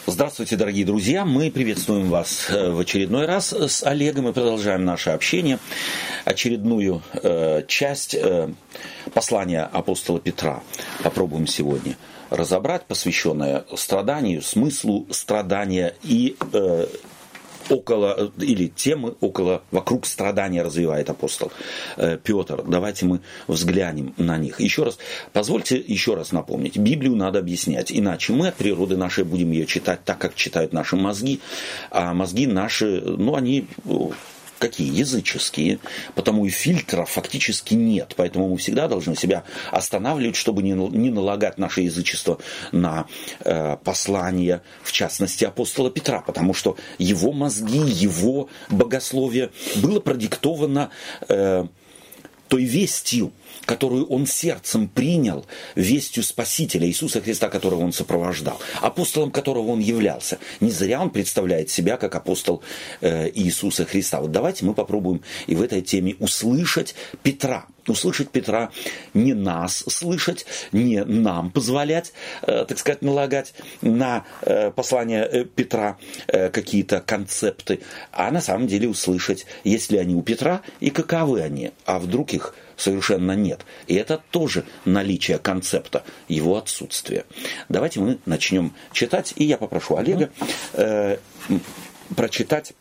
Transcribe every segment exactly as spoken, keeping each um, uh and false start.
Здравствуйте, дорогие друзья! Мы приветствуем вас в очередной раз с Олегом и продолжаем наше общение. Очередную э, часть э, послания апостола Петра попробуем сегодня разобрать, посвященное страданию, смыслу страдания и э, около, или темы около, вокруг страдания развивает апостол э, Петр. Давайте мы взглянем на них. Еще раз, позвольте еще раз напомнить, Библию надо объяснять, иначе мы от природы нашей будем ее читать так, как читают наши мозги, а мозги наши, ну, они... Какие? Языческие. Потому и фильтра фактически нет. Поэтому мы всегда должны себя останавливать, чтобы не, не налагать наше язычество на э, послание, в частности, апостола Петра. Потому что его мозги, его богословие было продиктовано э, той вестью, которую он сердцем принял, вестью Спасителя Иисуса Христа, которого он сопровождал, апостолом которого он являлся. Не зря он представляет себя как апостол э, Иисуса Христа. Вот давайте мы попробуем и в этой теме услышать Петра. Услышать Петра, не нас слышать, не нам позволять, э, так сказать, налагать на э, послание э, Петра э, какие-то концепты, а на самом деле услышать, есть ли они у Петра и каковы они, а вдруг их совершенно нет. И это тоже наличие концепта, его отсутствие. Давайте мы начнем читать, и я попрошу Олега э, прочитать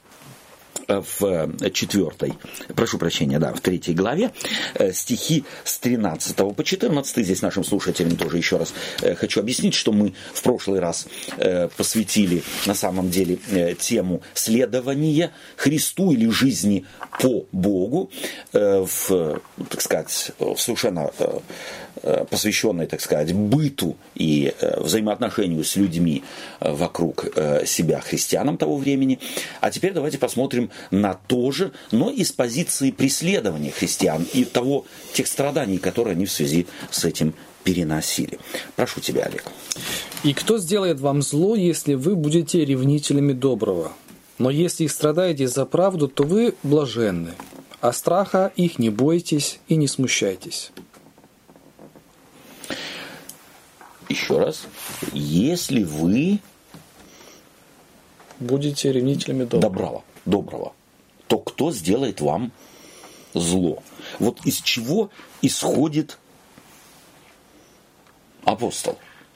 в четвертой, прошу прощения, да, в третьей главе, стихи с тринадцатого по четырнадцатый. Здесь нашим слушателям тоже еще раз хочу объяснить, что мы в прошлый раз посвятили на самом деле тему следования Христу или жизни по Богу в, так сказать, в совершенно посвященной, так сказать, быту и взаимоотношению с людьми вокруг себя, христианам того времени. А теперь давайте посмотрим на то же, но из позиции преследования христиан и того, тех страданий, которые они в связи с этим переносили. Прошу тебя, Олег. «И кто сделает вам зло, если вы будете ревнителями доброго? Но если страдаете за правду, то вы блаженны, а страха их не бойтесь и не смущайтесь». Еще раз. Если вы будете ревнителями доброго. доброго, доброго, то кто сделает вам зло? Вот из чего исходит апостол?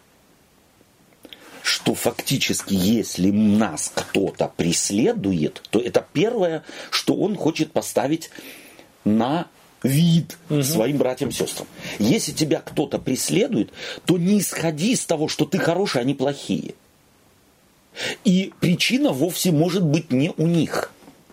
Что фактически, если нас кто-то преследует, то это первое, что он хочет поставить на вид угу. своим братьям и сестрам. Если тебя кто-то преследует, то не исходи из того, что ты хороший, они плохие. И причина вовсе может быть не у них,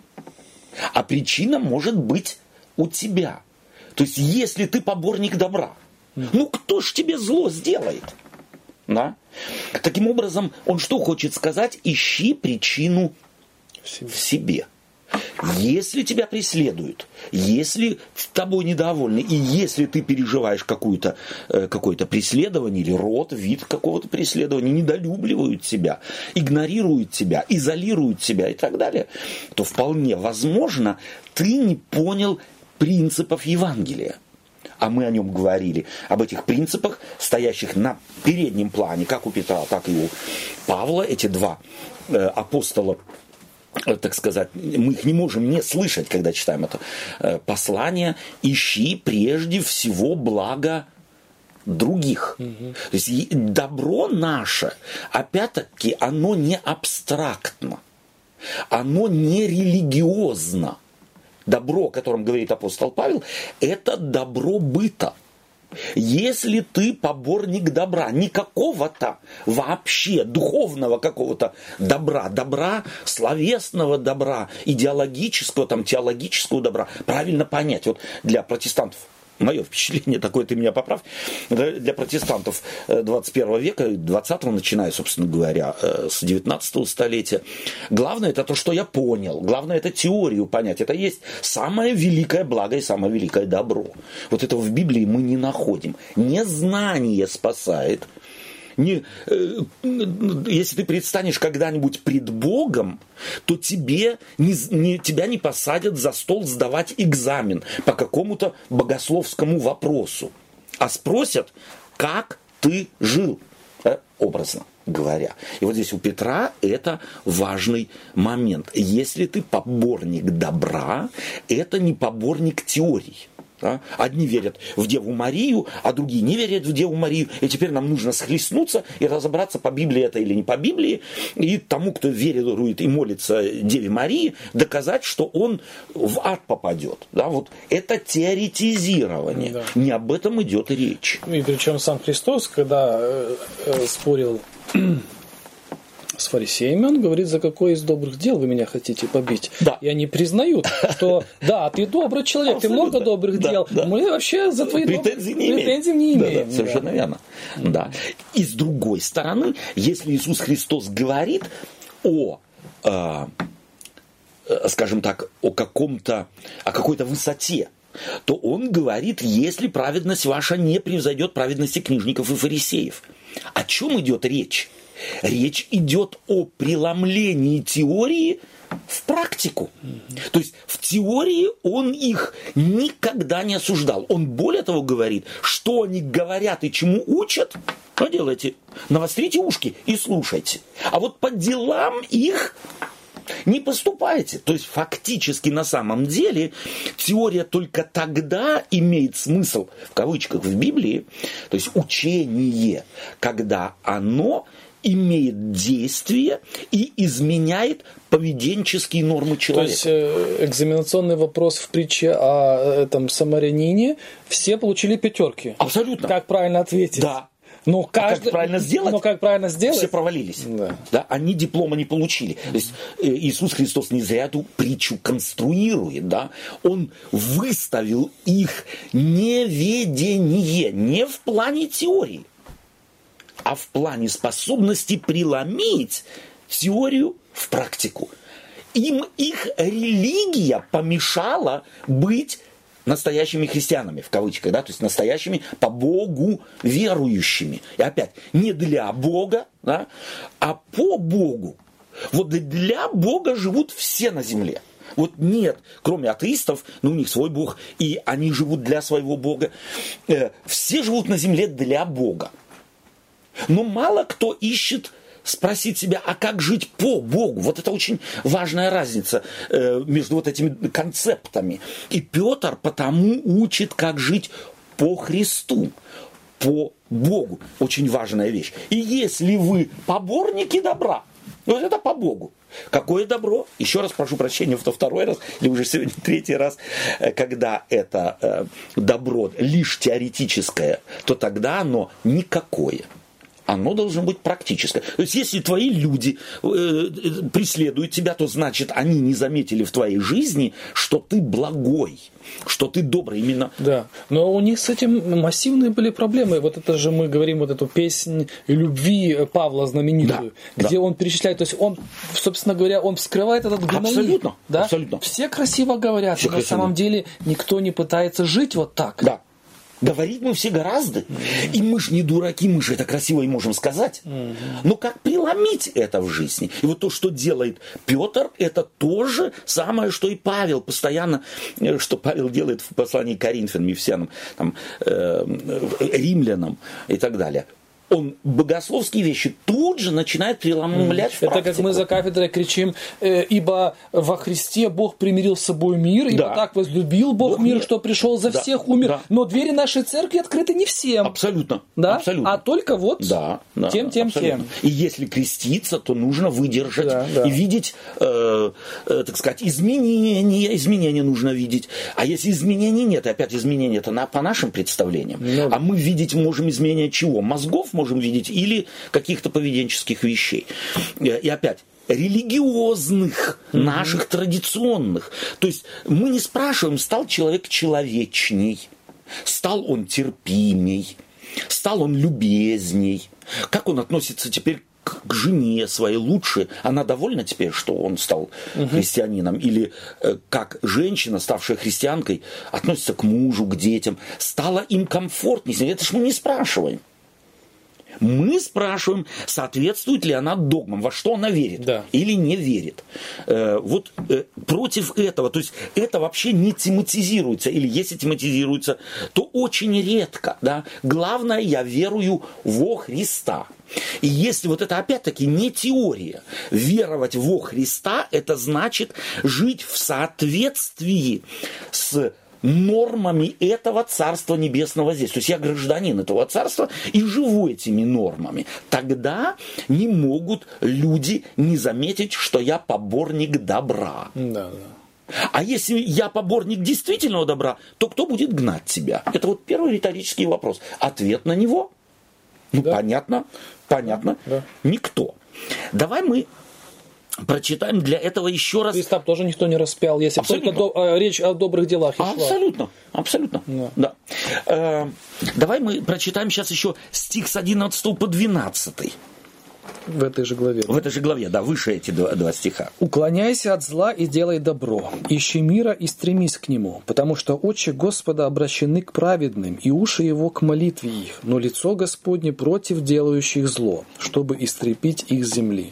а причина может быть у тебя. То есть, если ты поборник добра, ну кто ж тебе зло сделает? Да? Таким образом, он что хочет сказать? Ищи причину в себе. Если тебя преследуют, если тобой недовольны, и если ты переживаешь какую-то, э, какое-то преследование, или род, вид какого-то преследования, недолюбливают тебя, игнорируют тебя, изолируют тебя и так далее, то вполне возможно, ты не понял принципов Евангелия. А мы о нем говорили, об этих принципах, стоящих на переднем плане, как у Петра, так и у Павла, эти два э, апостола, так сказать, мы их не можем не слышать, когда читаем это э, послание. Ищи прежде всего благо других. Угу. То есть добро наше, опять-таки, оно не абстрактно, оно не религиозно. Добро, о котором говорит апостол Павел, это добро быта. Если ты поборник добра, не какого-то вообще духовного какого-то добра, добра, словесного добра, идеологического, там, теологического добра, правильно понять, вот для протестантов, мое впечатление такое, ты меня поправь, для протестантов двадцать первого века, двадцатого, начиная, собственно говоря, с девятнадцатого столетия, главное это то, что я понял, главное это теорию понять, это есть самое великое благо и самое великое добро. Вот этого в Библии мы не находим. Незнание спасает. Не, э, если ты предстанешь когда-нибудь пред Богом, то тебе не, не, тебя не посадят за стол сдавать экзамен по какому-то богословскому вопросу, а спросят, как ты жил, э, образно. говоря. И вот здесь у Петра это важный момент. Если ты поборник добра, это не поборник теорий. Да? Одни верят в Деву Марию, а другие не верят в Деву Марию. И теперь нам нужно схлестнуться и разобраться, по Библии это или не по Библии. И тому, кто верует и молится Деве Марии, доказать, что он в ад попадет. Да? Вот это теоретизирование. Да. Не об этом идет речь. И причем сам Христос, когда э, э, спорил с фарисеями, он говорит, за какое из добрых дел вы меня хотите побить? Да. И они признают, что да, ты добрый человек, абсолютно. Ты много добрых да, дел, да. мы вообще за твои претензий доб... не имеем. Претензий не имеем. Да, да, совершенно да. верно. Да. И с другой стороны, если Иисус Христос говорит о, э, скажем так, о каком-то, о какой-то высоте, то он говорит, если праведность ваша не превзойдет праведности книжников и фарисеев. О чем идет речь? Речь идет о преломлении теории в практику. Mm-hmm. То есть в теории он их никогда не осуждал. Он более того говорит, что они говорят и чему учат, что делайте? Навострите ушки и слушайте. А вот по делам их не поступайте. То есть фактически на самом деле теория только тогда имеет смысл, в кавычках, в Библии, то есть учение, когда оно имеет действие и изменяет поведенческие нормы человека. То есть экзаменационный вопрос в притче о этом самарянине, все получили пятерки. Абсолютно. Как правильно ответить? Да. Но каждый... а как правильно сделать? Но как правильно сделать? Все провалились. Да. Да, они диплома не получили. То есть Иисус Христос не зря эту притчу конструирует. Да? Он выставил их неведение не в плане теории, а в плане способности преломить теорию в практику. Им их религия помешала быть настоящими христианами, в кавычках, да, то есть настоящими по Богу верующими. И опять, не для Бога, да, а по Богу. Вот для Бога живут все на земле. Вот нет, кроме атеистов, но у них свой Бог, и они живут для своего Бога. Все живут на земле для Бога. Но мало кто ищет спросить себя, а как жить по Богу? Вот это очень важная разница э, между вот этими концептами. И Петр потому учит, как жить по Христу, по Богу. Очень важная вещь. И если вы поборники добра, вот это по Богу. Какое добро? Еще раз прошу прощения, во второй раз, или уже сегодня третий раз, когда это э, добро лишь теоретическое, то тогда оно никакое. Оно должно быть практическое. То есть, если твои люди э, преследуют тебя, то значит, они не заметили в твоей жизни, что ты благой, что ты добрый именно. Да, но у них с этим массивные были проблемы. Вот это же мы говорим, вот эту песнь любви Павла знаменитую, да, где да. он перечисляет, то есть он, собственно говоря, он вскрывает этот гомонит. Абсолютно, да? абсолютно. Все красиво говорят, Все но красиво. На самом деле никто не пытается жить вот так. Да. Говорить мы все гораздо. Mm-hmm. И мы же не дураки, мы же это красиво и можем сказать. Mm-hmm. Но как преломить это в жизни? И вот то, что делает Петр, это то же самое, что и Павел. Постоянно, что Павел делает в послании к Коринфянам, Ефесянам, там, э, Римлянам и так далее. Он богословские вещи тут же начинает преломлять mm. в практику. Это как мы за кафедрой кричим, э, ибо во Христе Бог примирил с собой мир, ибо да. так возлюбил Бог, Бог мир, мир, что пришел за да. всех умер. Да. Но двери нашей церкви открыты не всем. Абсолютно. Да? Абсолютно. А только вот да, да, тем, тем, абсолютно. тем. И если креститься, то нужно выдержать да, да. и видеть, э, э, так сказать, изменения. Изменения нужно видеть. А если изменений нет, и опять изменения это на, по нашим представлениям, ну, а мы видеть можем изменения чего? Мозгов можем видеть или каких-то поведенческих вещей. И опять, религиозных, mm-hmm. наших традиционных. То есть мы не спрашиваем, стал человек человечней, стал он терпимей, стал он любезней, как он относится теперь к жене своей лучше, она довольна теперь, что он стал угу. христианином, или э, как женщина, ставшая христианкой, относится к мужу, к детям, стало им комфортнее. Это ж мы не спрашиваем. Мы спрашиваем, соответствует ли она догмам, во что она верит, да. или не верит. Э, вот э, против этого, то есть это вообще не тематизируется, или если тематизируется, то очень редко. Да? Главное, я верую во Христа. И если вот это опять-таки не теория, веровать во Христа, это значит жить в соответствии с нормами этого Царства Небесного здесь. То есть я гражданин этого Царства и живу этими нормами. Тогда не могут люди не заметить, что я поборник добра. Да, да. А если я поборник действительного добра, то кто будет гнать тебя? Это вот первый риторический вопрос. Ответ на него? Ну, да. понятно, понятно. Да. Никто. Давай мы прочитаем для этого еще раз. Христа тоже никто не распял, если абсолютно. Только до, э, речь о добрых делах и шла. Абсолютно, абсолютно. Да. Да. Э, давай мы прочитаем сейчас еще стих с одиннадцатого по двенадцатый. В этой же главе. В этой же главе, да, выше эти два, два стиха. «Уклоняйся от зла и делай добро, ищи мира и стремись к нему, потому что очи Господа обращены к праведным, и уши его к молитве их, но лицо Господне против делающих зло, чтобы истрепить их с земли».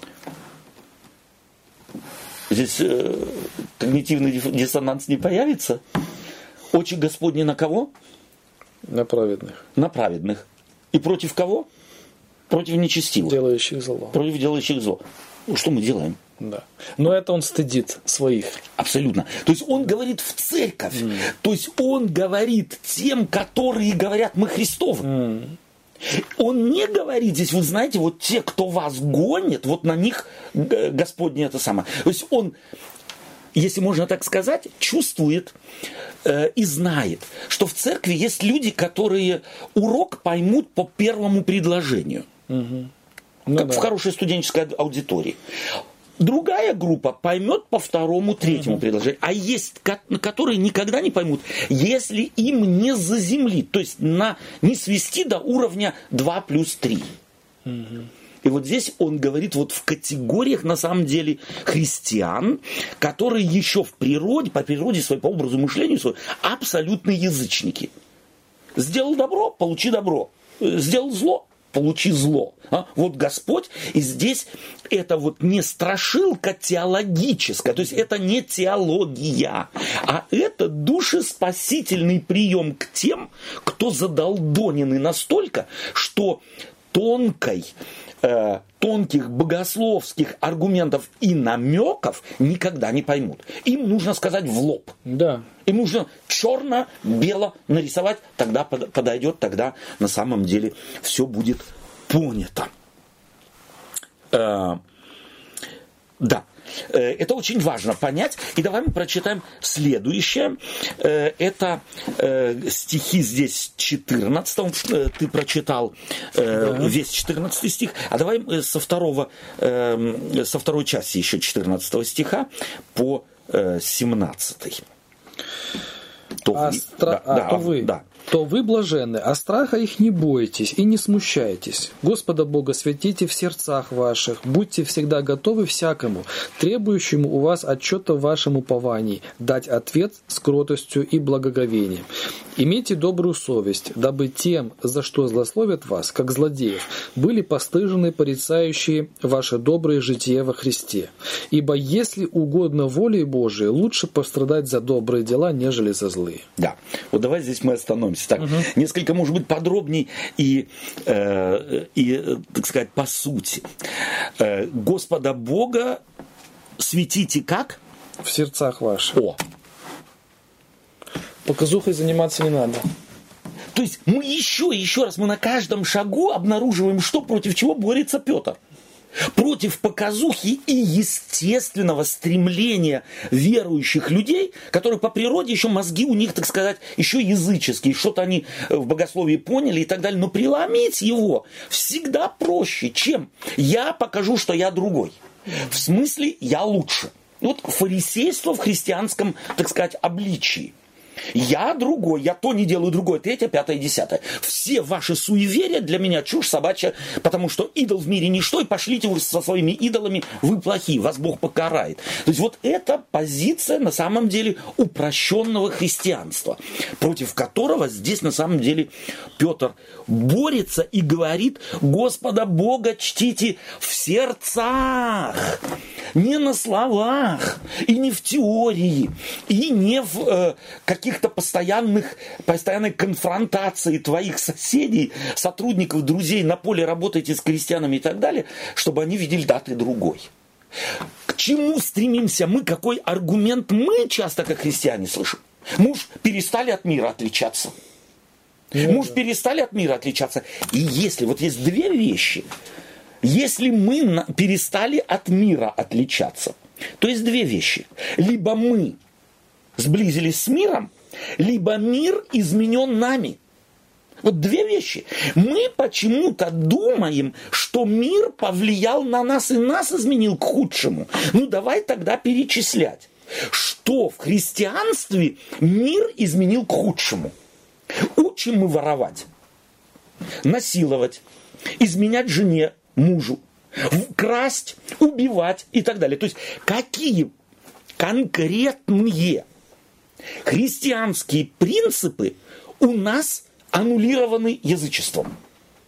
Здесь э, когнитивный диссонанс не появится. Очи Господни на кого? На праведных. На праведных. И против кого? Против нечестивых. Делающих зло. Против делающих зло. Ну, что мы делаем? Да. Но это он стыдит своих. Абсолютно. То есть он говорит в церковь. Mm. То есть он говорит тем, которые говорят, мы Христовы. Mm. Он не говорит здесь, вы знаете, вот те, кто вас гонит, вот на них Господне это самое. То есть он, если можно так сказать, чувствует э, и знает, что в церкви есть люди, которые урок поймут по первому предложению. Угу. Ну, как да. в хорошей студенческой аудитории. Другая группа поймет по второму, третьему uh-huh. предложению. А есть, которые никогда не поймут, если им не заземлить, то есть на, не свести до уровня два плюс три. Uh-huh. И вот здесь он говорит вот в категориях, на самом деле, христиан, которые еще в природе, по природе своей, по образу мышления своего, абсолютные язычники. Сделал добро, получи добро. Сделал зло, получи зло. А? Вот Господь, и здесь это вот не страшилка теологическая, то есть это не теология, а это душеспасительный прием к тем, кто задолдонены настолько, что тонкой, э, тонких богословских аргументов и намеков никогда не поймут. Им нужно сказать в лоб. Да. Им нужно черно-бело нарисовать, тогда подойдет, тогда на самом деле все будет понято. Э, да. Это очень важно понять. И давай мы прочитаем следующее. Это стихи здесь четырнадцатого. Ты прочитал да. весь четырнадцатый стих. А давай со, второго, со второй части еще четырнадцатого стиха по семнадцатый. То, а вы, стра... да, а, да, то вы... Да. то вы блаженны, а страха их не бойтесь и не смущайтесь. Господа Бога святите в сердцах ваших, будьте всегда готовы всякому, требующему у вас отчета в вашем уповании, дать ответ с кротостью и благоговением. Имейте добрую совесть, дабы тем, за что злословят вас, как злодеев, были постыжены порицающие ваше доброе житие во Христе. Ибо если угодно воле Божией, лучше пострадать за добрые дела, нежели за злые. Да, вот давай здесь мы остановимся. Так, угу. Несколько, может быть, подробней и, э, и, так сказать, по сути. Э, Господа Бога светите как? В сердцах ваших. О! Показухой заниматься не надо. То есть мы еще, еще раз, мы на каждом шагу обнаруживаем, что против чего борется Петр. Против показухи и естественного стремления верующих людей, которые по природе еще мозги у них, так сказать, еще языческие, что-то они в богословии поняли и так далее. Но преломить его всегда проще, чем я покажу, что я другой. В смысле, я лучше. Вот фарисейство в христианском, так сказать, обличии. Я другой, я то не делаю, другое, третье, пятое, десятое. Все ваши суеверия для меня чушь собачья, потому что идол в мире ничто, и пошлите вы со своими идолами, вы плохие, вас Бог покарает. То есть вот эта позиция на самом деле упрощенного христианства, против которого здесь на самом деле Петр борется и говорит: Господа Бога чтите в сердцах, не на словах, и не в теории, и не в э, каких-то постоянных, постоянной конфронтации твоих соседей, сотрудников, друзей, на поле работаете с крестьянами и так далее, чтобы они видели: да, ты другой. К чему стремимся мы, какой аргумент мы часто как христиане слышим? Мы уж перестали от мира отличаться. Мы уж перестали от мира отличаться. И если, вот есть две вещи, если мы перестали от мира отличаться, то есть две вещи. Либо мы сблизились с миром, либо мир изменен нами. Вот две вещи. Мы почему-то думаем, что мир повлиял на нас и нас изменил к худшему. Ну давай тогда перечислять, что в христианстве мир изменил к худшему. Учим мы воровать, насиловать, изменять жене, мужу, красть, убивать и так далее. То есть какие конкретные христианские принципы у нас аннулированы язычеством?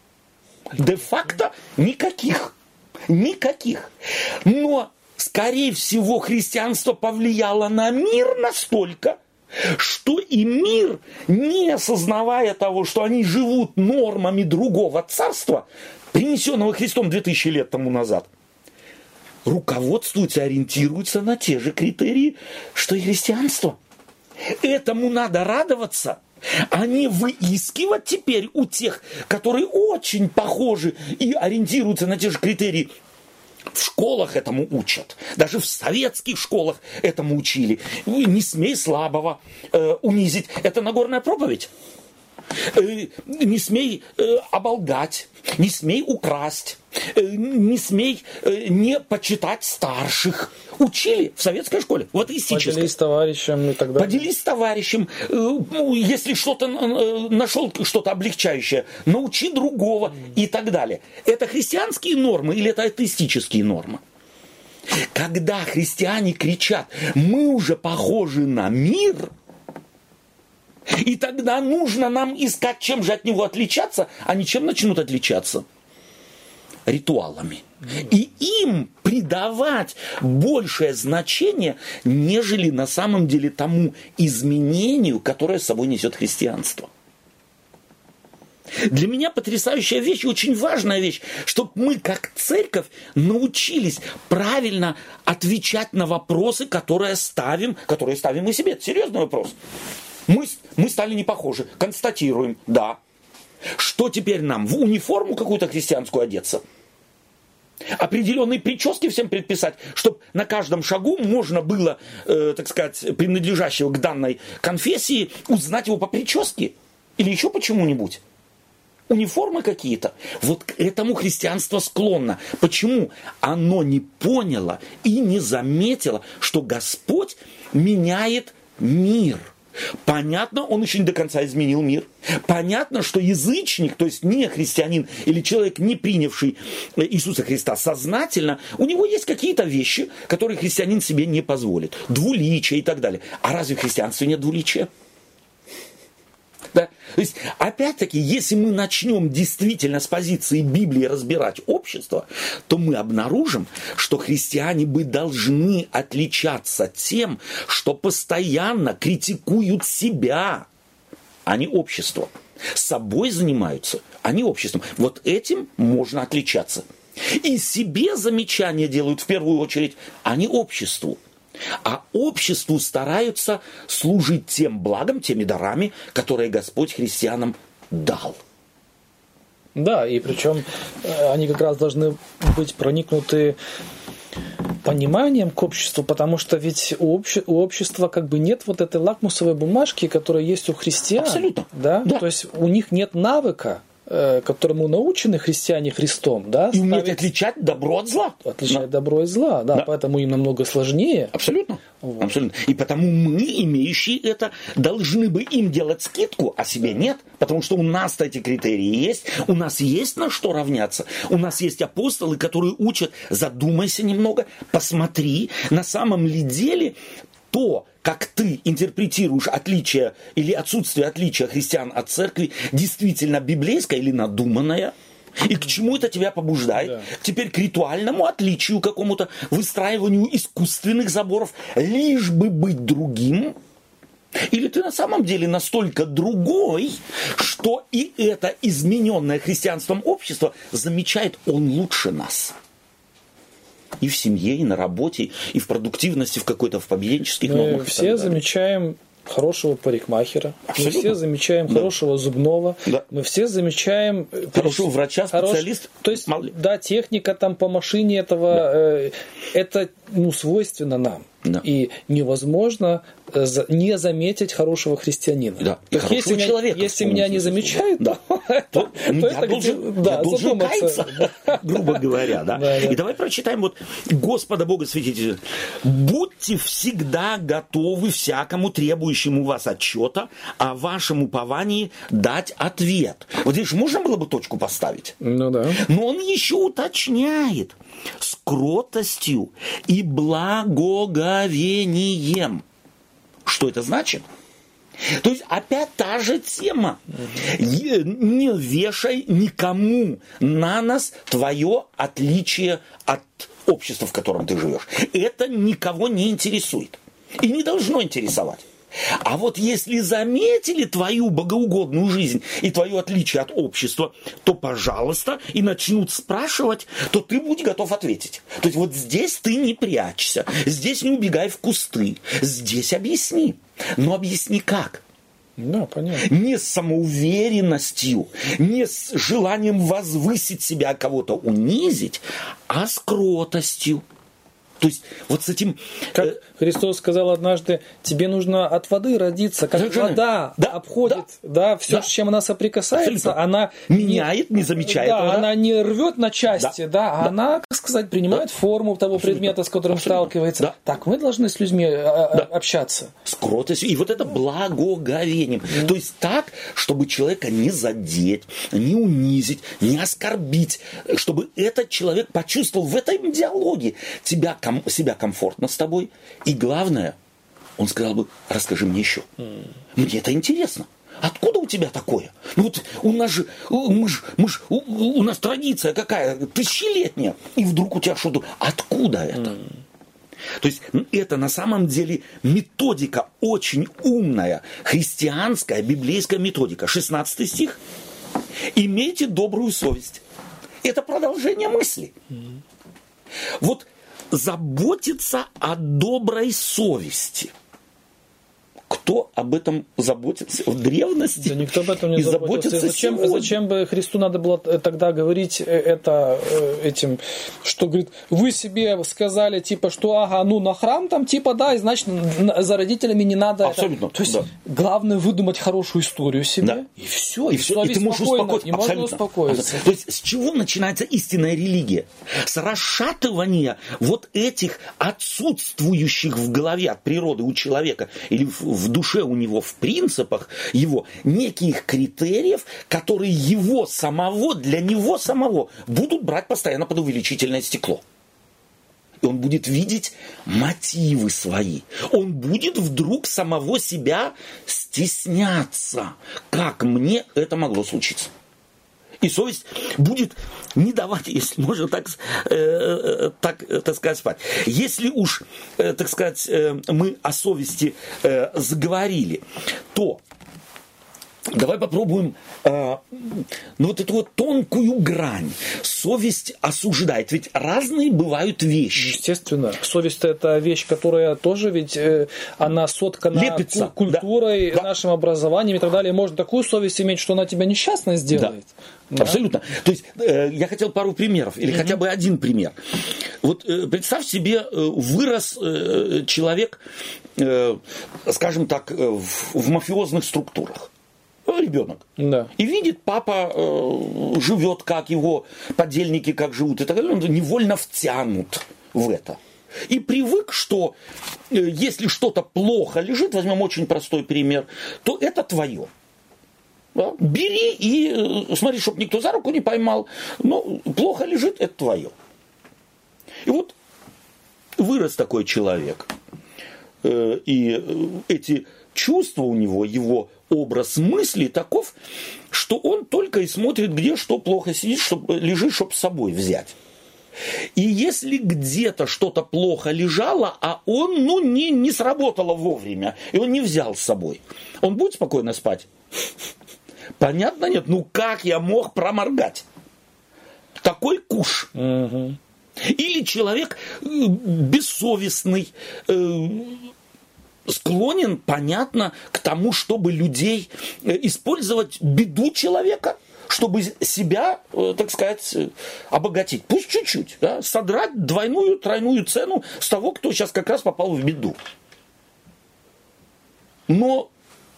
Де-факто никаких. Никаких. Но, скорее всего, христианство повлияло на мир настолько, что и мир, не осознавая того, что они живут нормами другого царства, принесенного Христом две тысячи лет тому назад, руководствуются, ориентируются на те же критерии, что и христианство. Этому надо радоваться, а не выискивать теперь у тех, которые очень похожи и ориентируются на те же критерии. В школах этому учат. Даже в советских школах этому учили. Не смей слабого э, унизить. Это Нагорная проповедь. Э, не смей э, оболгать. Не смей украсть. Э, не смей э, не почитать старших. Учили в советской школе. В атеистической. Поделись с товарищем и так далее. Поделись с товарищем. Э, если что-то э, нашел, что-то облегчающее, научи другого и так далее. Это христианские нормы или это атеистические нормы? Когда христиане кричат: мы уже похожи на мир, и тогда нужно нам искать, чем же от него отличаться, они чем начнут отличаться? Ритуалами. И им придавать большее значение, нежели на самом деле тому изменению, которое с собой несет христианство. Для меня потрясающая вещь, очень важная вещь, чтобы мы как церковь научились правильно отвечать на вопросы, которые ставим, которые ставим мы себе. Это серьезный вопрос. Мы, мы стали не похожи, констатируем, да. Что теперь нам, в униформу какую-то христианскую одеться? Определенные прически всем предписать, чтобы на каждом шагу можно было, э, так сказать, принадлежащего к данной конфессии узнать его по прическе или еще почему-нибудь. Униформы какие-то. Вот к этому христианство склонно. Почему? Оно не поняло и не заметило, что Господь меняет мир. Понятно, он еще не до конца изменил мир. Понятно, что язычник, то есть не христианин или человек, не принявший Иисуса Христа сознательно, у него есть какие-то вещи, которые христианин себе не позволит. Двуличие и так далее. А разве в христианстве нет двуличия? Да? То есть, опять-таки, если мы начнем действительно с позиции Библии разбирать общество, то мы обнаружим, что христиане бы должны отличаться тем, что постоянно критикуют себя, а не общество. Собой занимаются, а не обществом. Вот этим можно отличаться. И себе замечания делают в первую очередь, а не обществу. А обществу стараются служить тем благом, теми дарами, которые Господь христианам дал. Да, и причем они как раз должны быть проникнуты пониманием к обществу, потому что ведь у, обще, у общества как бы нет вот этой лакмусовой бумажки, которая есть у христиан. Абсолютно. Да? Да. То есть у них нет навыка э, которому научены христиане Христом, да, и умеют ставить... отличать добро от зла. Отличать Да. добро и зла, да, Да. поэтому им намного сложнее. Абсолютно. Вот. Абсолютно. И потому мы, имеющие это, должны бы им делать скидку, а себе нет. Потому что у нас-то эти критерии есть, у нас есть на что равняться. У нас есть апостолы, которые учат, задумайся немного, посмотри, на самом ли деле то, как ты интерпретируешь отличие или отсутствие отличия христиан от церкви, действительно библейское или надуманное. И к чему это тебя побуждает? Да. Теперь к ритуальному отличию какому-то, выстраиванию искусственных заборов, лишь бы быть другим? Или ты на самом деле настолько другой, что и это измененное христианством общество замечает, он лучше нас? И в семье, и на работе, и в продуктивности, в какой-то, в поведенческих Мы нормах. все замечаем хорошего парикмахера, Абсолютно. мы все замечаем Да. хорошего зубного, Да. мы все замечаем Хорошего врача, хорош- специалист. То есть, мало ли. да, техника там по машине этого, э, это ну, свойственно нам. Да. И невозможно э, за- не заметить хорошего христианина. Да. То И есть, хорошего если меня, человека, если меня не вспомните, замечают, да. то, То то я это должен, где- да, я должен задуматься. каяться, грубо говоря. Да? Да, да. И давай прочитаем вот Господа Бога святителя. «Будьте всегда готовы всякому требующему вас отчета о вашем уповании дать ответ». Вот здесь можно было бы точку поставить? Ну да. Но он еще уточняет: с кротостью и благоговением. Что это значит? То есть опять та же тема. Е- Не вешай никому на нас твое отличие от общества, в котором ты живешь. Это никого не интересует. И не должно интересовать. А вот если заметили твою богоугодную жизнь и твое отличие от общества, то, пожалуйста, и начнут спрашивать, то ты будь готов ответить. То есть вот здесь ты не прячься, здесь не убегай в кусты, здесь объясни. Но объясни как? Да, понятно. Не с самоуверенностью, не с желанием возвысить себя, кого-то унизить, а с кротостью. То есть вот с этим... Как э, Христос сказал однажды, тебе нужно от воды родиться, как Совершенно. вода Да, обходит, да, все, да. с чем она соприкасается, Абсолютно. она Меняет, не замечает да, этого, да? она не рвет на части, да, Да. а Да. она, как сказать, принимает форму того Абсолютно. предмета, с которым Абсолютно. сталкивается. Да. Так мы должны с людьми а, а, Да. общаться. С кротостью. И вот это благоговением. То есть так, чтобы человека не задеть, не унизить, не оскорбить, чтобы этот человек почувствовал в этом диалоге тебя, ком, себя комфортно с тобой. И главное, он сказал бы: расскажи мне еще. Мне это интересно. Откуда у тебя такое? Ну вот у нас же, мы ж, мы ж, у, у нас традиция какая, тысячелетняя. И вдруг у тебя что-то... Откуда это? То есть это на самом деле методика очень умная, христианская, библейская методика. шестнадцатый стих. Имейте добрую совесть. Это продолжение мысли. Вот заботиться о доброй совести. Кто об этом заботится в древности? Да никто об этом не и заботился. заботится Зачем, сегодня? зачем бы Христу надо было тогда говорить это этим, что, говорит, вы себе сказали, типа, что, ага, ну на храм там, типа, да, и значит, за родителями не надо. Абсолютно, Это. То есть, да. главное выдумать хорошую историю себе, Да. и все, И, все, и ты можешь успокоиться. и можно Абсолютно. успокоиться. То есть с чего начинается истинная религия? С расшатывания вот этих отсутствующих в голове от природы у человека или в, в душе у него, в принципах его, неких критериев, которые его самого, для него самого будут брать постоянно под увеличительное стекло. И он будет видеть мотивы свои. Он будет вдруг самого себя стесняться. Как мне это могло случиться? И совесть будет не давать, если можно так, э, так, так сказать, спать. Если уж, э, так сказать, э, мы о совести э, заговорили, то давай попробуем э, ну, вот эту вот тонкую грань. Совесть осуждает. Ведь разные бывают вещи. Естественно. Совесть – это вещь, которая тоже ведь, э, она соткана Лепится. ку- культурой, Да. нашим образованием и так далее. Можно такую совесть иметь, что она тебя несчастной сделает. Да. Абсолютно. То есть э, я хотел пару примеров, или угу. хотя бы один пример. Вот э, представь себе, э, вырос э, человек, э, скажем так, э, в, в мафиозных структурах. ребенок. Да. И видит, папа э, живет, как его подельники, как живут, и так далее, он невольно втянут в это. И привык, что э, если что-то плохо лежит, возьмем очень простой пример, то это твое. Да? Бери и э, смотри, чтобы никто за руку не поймал. Но плохо лежит, это твое. И вот вырос такой человек. Э, и э, эти чувства у него, его образ мысли таков, что он только и смотрит, где что плохо сидит, чтобы, лежит, чтобы с собой взять. И если где-то что-то плохо лежало, а он, ну, не, не сработало вовремя, и он не взял с собой, он будет спокойно спать? Понятно, нет? Ну, как я мог проморгать? Такой куш. Угу. Или человек бессовестный, склонен, понятно, к тому, чтобы людей использовать беду человека, чтобы себя, так сказать, обогатить. Пусть чуть-чуть, да, содрать двойную, тройную цену с того, кто сейчас как раз попал в беду. Но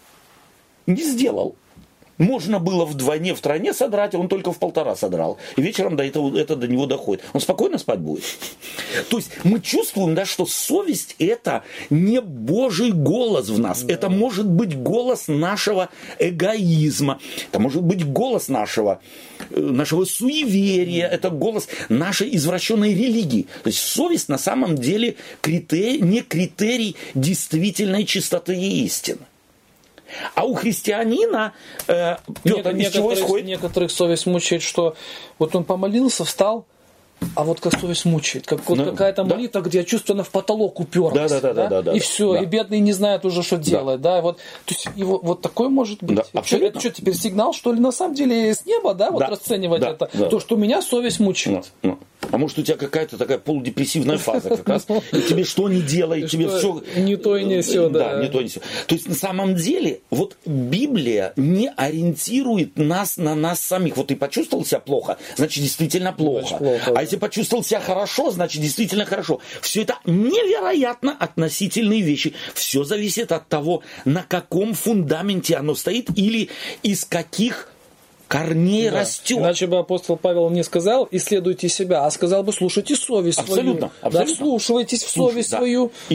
не сделал. Можно было вдвойне, втройне содрать, а он только в полтора содрал. И вечером до этого, это до него доходит. Он спокойно спать будет. То есть мы чувствуем, да, что совесть – это не Божий голос в нас. Да. Это может быть голос нашего эгоизма. Это может быть голос нашего, нашего суеверия. Это голос нашей извращенной религии. То есть совесть на самом деле критерий, не критерий действительной чистоты и истины. А у христианина э, Петр из чего исходит? Некоторых совесть мучает, что вот он помолился, встал, а вот как совесть мучает. Как вот ну, какая-то молитва, да. где чувство, она в потолок уперлась. Да, да, да, да, да, и да, все, да. и бедный не знает уже, что да. делать. Да, вот, то есть его, вот такой может быть. Да, абсолютно. Это что, теперь сигнал, что ли, на самом деле с неба, да, вот да. расценивать да, это? Да. То, что меня совесть мучает. Да, да. А может, у тебя какая-то такая полудепрессивная фаза как раз, и тебе что ни делай, тебе все... Не то и не все, да. Да, не то и не все. То есть, на самом деле, вот Библия не ориентирует нас на нас самих. Вот ты почувствовал себя плохо, значит, действительно плохо. плохо а если почувствовал себя хорошо, значит, действительно хорошо. Все это невероятно относительные вещи. Все зависит от того, на каком фундаменте оно стоит или из каких корней да. растет. Иначе бы апостол Павел не сказал исследуйте себя, а сказал бы слушайте совесть абсолютно, свою. Абсолютно. Да, вслушивайтесь в совесть да. свою. И,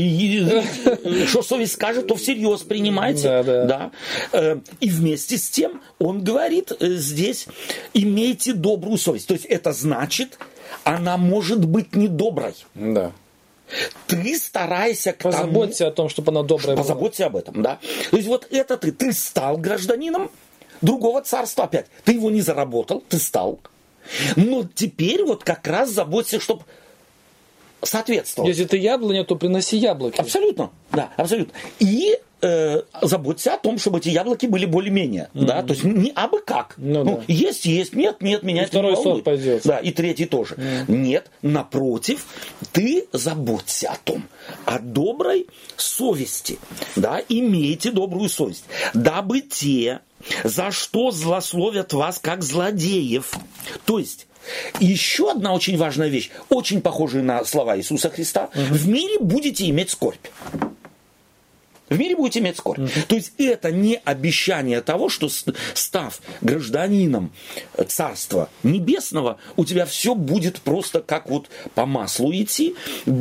и что совесть скажет, то всерьез принимайте. Да, да. Да. И вместе с тем он говорит здесь имейте добрую совесть. То есть это значит, она может быть недоброй. Да. Ты старайся к Позаботься тому, о том, чтобы она добрая была. Позаботься об этом, да. То есть вот это ты, ты стал гражданином другого царства опять. Ты его не заработал, ты стал. Но теперь вот как раз заботься, чтобы соответствовать. Если ты яблоня, то приноси яблоки. Абсолютно, да, абсолютно. И э, заботься о том, чтобы эти яблоки были более-менее. Mm-hmm. Да? То есть не абы как. Ну, ну, да. Есть, есть, нет, нет, меня и это не волнует. Второй сорт пойдет. Да, и третий тоже. Mm-hmm. Нет, напротив, ты заботься о том, о доброй совести. Да, имейте добрую совесть. Дабы те, за что злословят вас, как злодеев. То есть, еще одна очень важная вещь, очень похожая на слова Иисуса Христа. Uh-huh. В мире будете иметь скорбь. В мире будете иметь скорбь. Uh-huh. То есть, это не обещание того, что, став гражданином Царства Небесного, у тебя все будет просто как вот по маслу идти.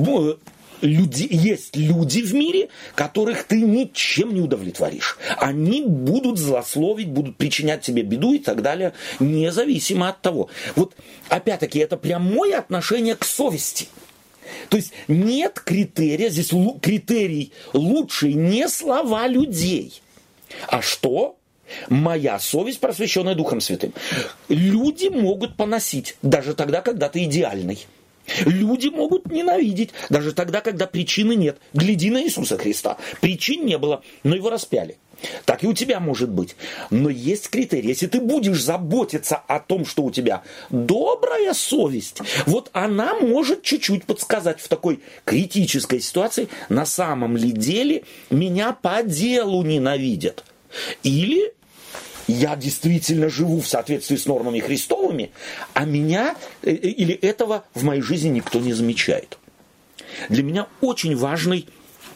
Люди, есть люди в мире, которых ты ничем не удовлетворишь. Они будут злословить, будут причинять тебе беду и так далее, независимо от того. Вот, опять-таки, это прямое отношение к совести. То есть, нет критерия, здесь критерий лучший не слова людей, а что? Моя совесть, просвещенная Духом Святым. Люди могут поносить, даже тогда, когда ты идеальный. Люди могут ненавидеть, даже тогда, когда причины нет. Гляди на Иисуса Христа. Причин не было, но его распяли. Так и у тебя может быть. Но есть критерий. Если ты будешь заботиться о том, что у тебя добрая совесть, вот она может чуть-чуть подсказать в такой критической ситуации, на самом ли деле меня по делу ненавидят. Или я действительно живу в соответствии с нормами Христовыми, а меня или этого в моей жизни никто не замечает. Для меня очень важный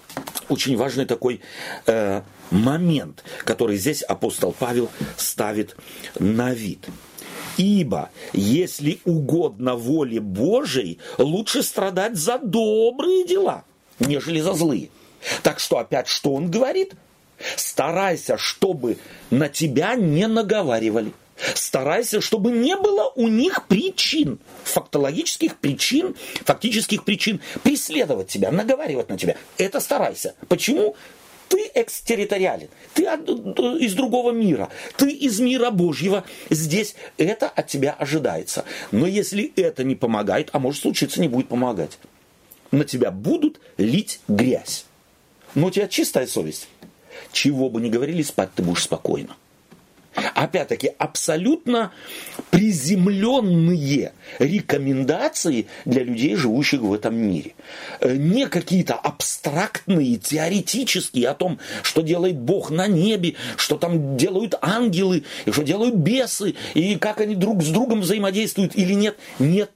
очень важный такой э, момент, который здесь апостол Павел ставит на вид. Ибо, если угодно воле Божией, лучше страдать за добрые дела, нежели за злые. Так что опять, что он говорит? Старайся, чтобы на тебя не наговаривали. Старайся, чтобы не было у них причин, фактологических причин, фактических причин преследовать тебя, наговаривать на тебя. Это старайся. Почему? Ты экстерриториален, ты от, из другого мира, ты из мира Божьего. Здесь это от тебя ожидается. Но если это не помогает, а может случиться, не будет помогать, на тебя будут лить грязь. Но у тебя чистая совесть. Чего бы ни говорили, спать ты будешь спокойно. Опять-таки, абсолютно приземленные рекомендации для людей, живущих в этом мире. Не какие-то абстрактные, теоретические о том, что делает Бог на небе, что там делают ангелы, и что делают бесы, и как они друг с другом взаимодействуют или нет. Нет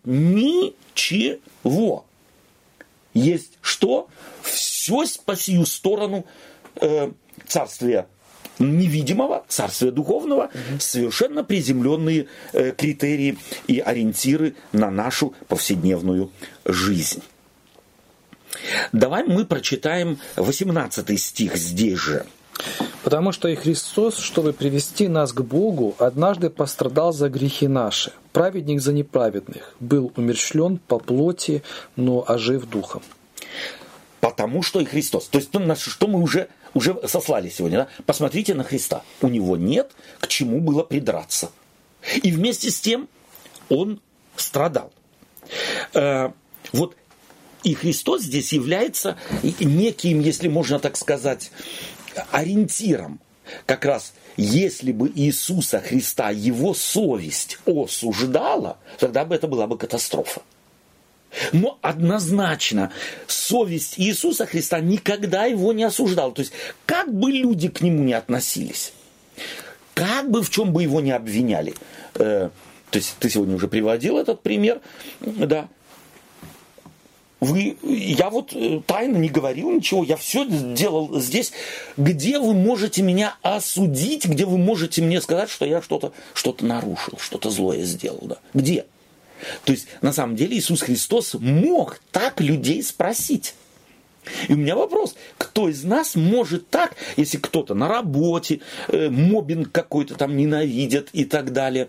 ничего. Есть что? Все по сию сторону э, царствия невидимого, царствия духовного, угу. Совершенно приземленные э, критерии и ориентиры на нашу повседневную жизнь. Давай мы прочитаем восемнадцатый стих здесь же. «Потому что и Христос, чтобы привести нас к Богу, однажды пострадал за грехи наши, праведник за неправедных, был умерщвлен по плоти, но ожив духом». Потому что и Христос. То есть на что мы уже, уже сослали сегодня. Да? Посмотрите на Христа. У него нет к чему было придраться. И вместе с тем он страдал. Э, вот и Христос здесь является неким, если можно так сказать, ориентиром. Как раз если бы Иисуса Христа его совесть осуждала, тогда бы это была бы катастрофа. Но однозначно совесть Иисуса Христа никогда его не осуждала. То есть как бы люди к нему не относились, как бы в чем бы его не обвиняли. Э, то есть ты сегодня уже приводил этот пример, да. Вы, я вот тайно не говорил ничего, я все делал здесь. Где вы можете меня осудить, где вы можете мне сказать, что я что-то, что-то нарушил, что-то злое сделал, да? Где? То есть, на самом деле, Иисус Христос мог так людей спросить. И у меня вопрос, кто из нас может так, если кто-то на работе, э, моббинг какой-то там ненавидят и так далее,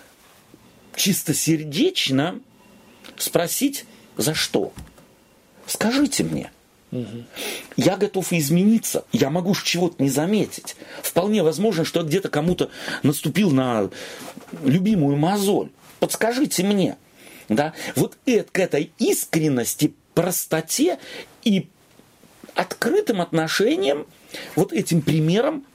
чистосердечно спросить, за что? Скажите мне. Угу. Я готов измениться, я могу чего-то не заметить. Вполне возможно, что я где-то кому-то наступил на любимую мозоль. Подскажите мне. Да? Вот это, к этой искренности, простоте и открытым отношениям, вот этим примером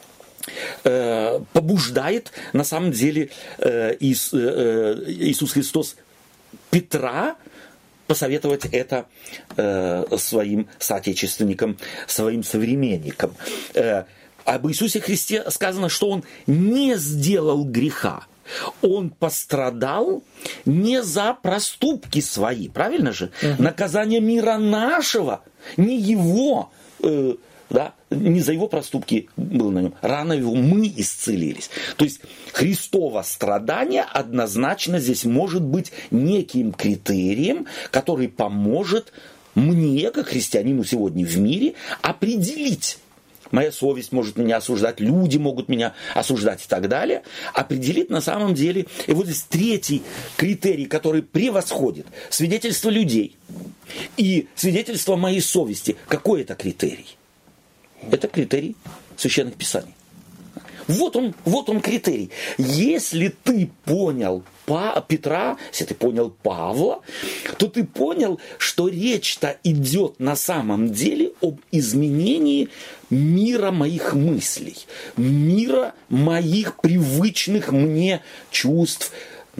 э, побуждает на самом деле э, Иис, э, Иисус Христос Петра посоветовать это э, своим соотечественникам, своим современникам. Э, об Иисусе Христе сказано, что Он не сделал греха. Он пострадал не за проступки свои, правильно же? Uh-huh. Наказание мира нашего, не его, э, да, не за его проступки было на нем. Рано его мы исцелились. То есть Христово страдание однозначно здесь может быть неким критерием, который поможет мне, как христианину сегодня в мире, определить. Моя совесть может меня осуждать, люди могут меня осуждать и так далее. Определить на самом деле, и вот здесь третий критерий, который превосходит свидетельство людей и свидетельство моей совести. Какой это критерий? Это критерий Священных Писаний. Вот он, вот он критерий. Если ты понял Петра, если ты понял Павла, то ты понял, что речь-то идет на самом деле об изменении мира моих мыслей, мира моих привычных мне чувств,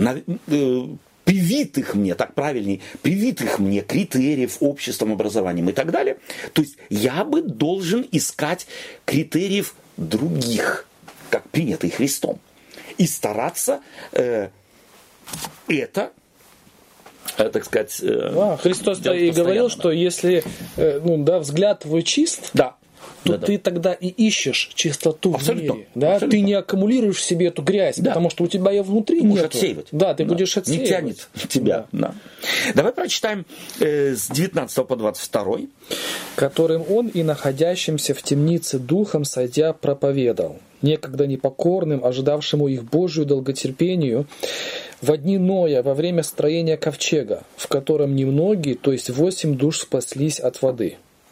привитых мне, так правильнее, привитых мне критериев обществом, образованием и так далее. То есть я бы должен искать критериев других, как принятый Христом, и стараться э, это так сказать... Да, Христос-то и говорил, что если ну, да, взгляд твой чист, да. то да, ты да. тогда и ищешь чистоту абсолютно, в мире. Да? абсолютно. Ты не аккумулируешь в себе эту грязь, да. потому что у тебя ее внутри нет. нет. Отсеивать. Да, ты да. будешь отсеивать. Не тянет тебя. Да. Да. Давай прочитаем э, с девятнадцатого по двадцать второй. Которым он и находящимся в темнице духом сойдя проповедал, некогда непокорным, ожидавшему их Божию долготерпению, в дни Ноя, во время строения ковчега, в котором немногие, то есть восемь душ спаслись от воды.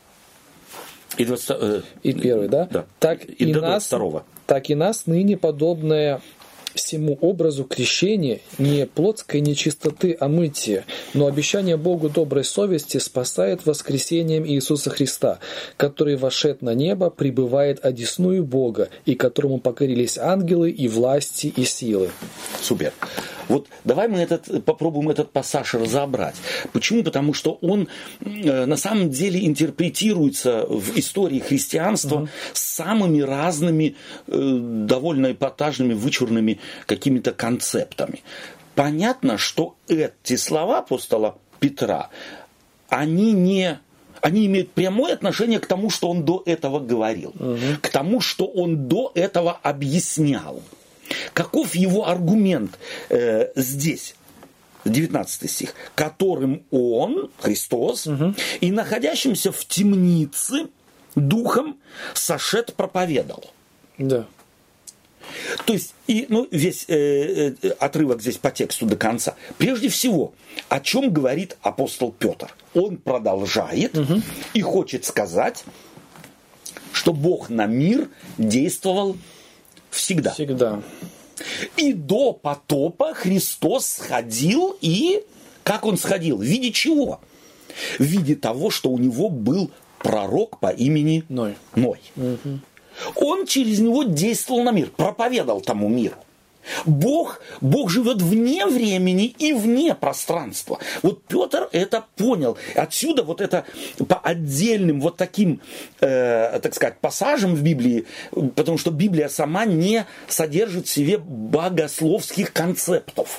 И, двадцать, э, и первый, да? да. Так и, и, и нас, второго. Так и нас ныне подобное всему образу крещения не плотской нечистоты, а мытия, но обещание Богу доброй совести спасает воскресением Иисуса Христа, который вошед на небо, пребывает одесную Бога, и которому покорились ангелы и власти и силы. Супер. Вот давай мы этот, попробуем этот пассаж разобрать. Почему? Потому что он э, на самом деле интерпретируется в истории христианства угу. самыми разными, э, довольно эпатажными, вычурными какими-то концептами. Понятно, что эти слова апостола Петра, они не... Они имеют прямое отношение к тому, что он до этого говорил, угу. к тому, что он до этого объяснял. Каков его аргумент э, здесь? девятнадцатый стих. Которым он, Христос, угу. и находящимся в темнице духом сошед проповедал. Да. То есть, и, ну, весь э, э, отрывок здесь по тексту до конца. Прежде всего, о чем говорит апостол Петр? Он продолжает угу. и хочет сказать, что Бог на мир действовал всегда. Всегда. И до потопа Христос сходил, и как он сходил? В виде чего? В виде того, что у него был пророк по имени Ной. Ной. Угу. Он через него действовал на мир, проповедовал тому миру. Бог, Бог живет вне времени и вне пространства. Вот Петр это понял. Отсюда вот это по отдельным вот таким, э, так сказать, пассажам в Библии, потому что Библия сама не содержит в себе богословских концептов.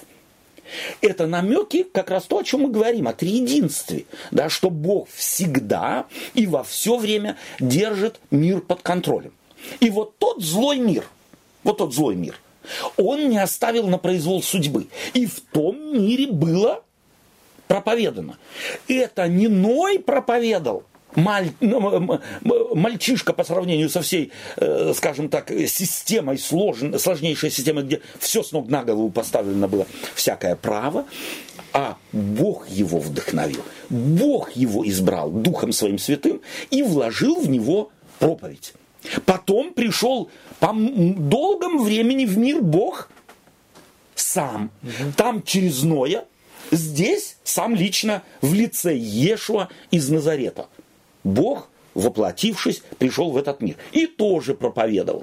Это намеки как раз то, о чем мы говорим, о триединстве, да, что Бог всегда и во все время держит мир под контролем. И вот тот злой мир, вот тот злой мир, он не оставил на произвол судьбы. И в том мире было проповедано. Это не Ной проповедал, маль, мальчишка по сравнению со всей, скажем так, системой, сложной, сложнейшей системой, где все с ног на голову поставлено было всякое право, а Бог его вдохновил. Бог его избрал Духом Своим Святым и вложил в него проповедь. Потом пришел по долгом времени в мир Бог сам. Угу. Там через Ноя, здесь сам лично в лице Иешуа из Назарета. Бог, воплотившись, пришел в этот мир. И тоже проповедовал.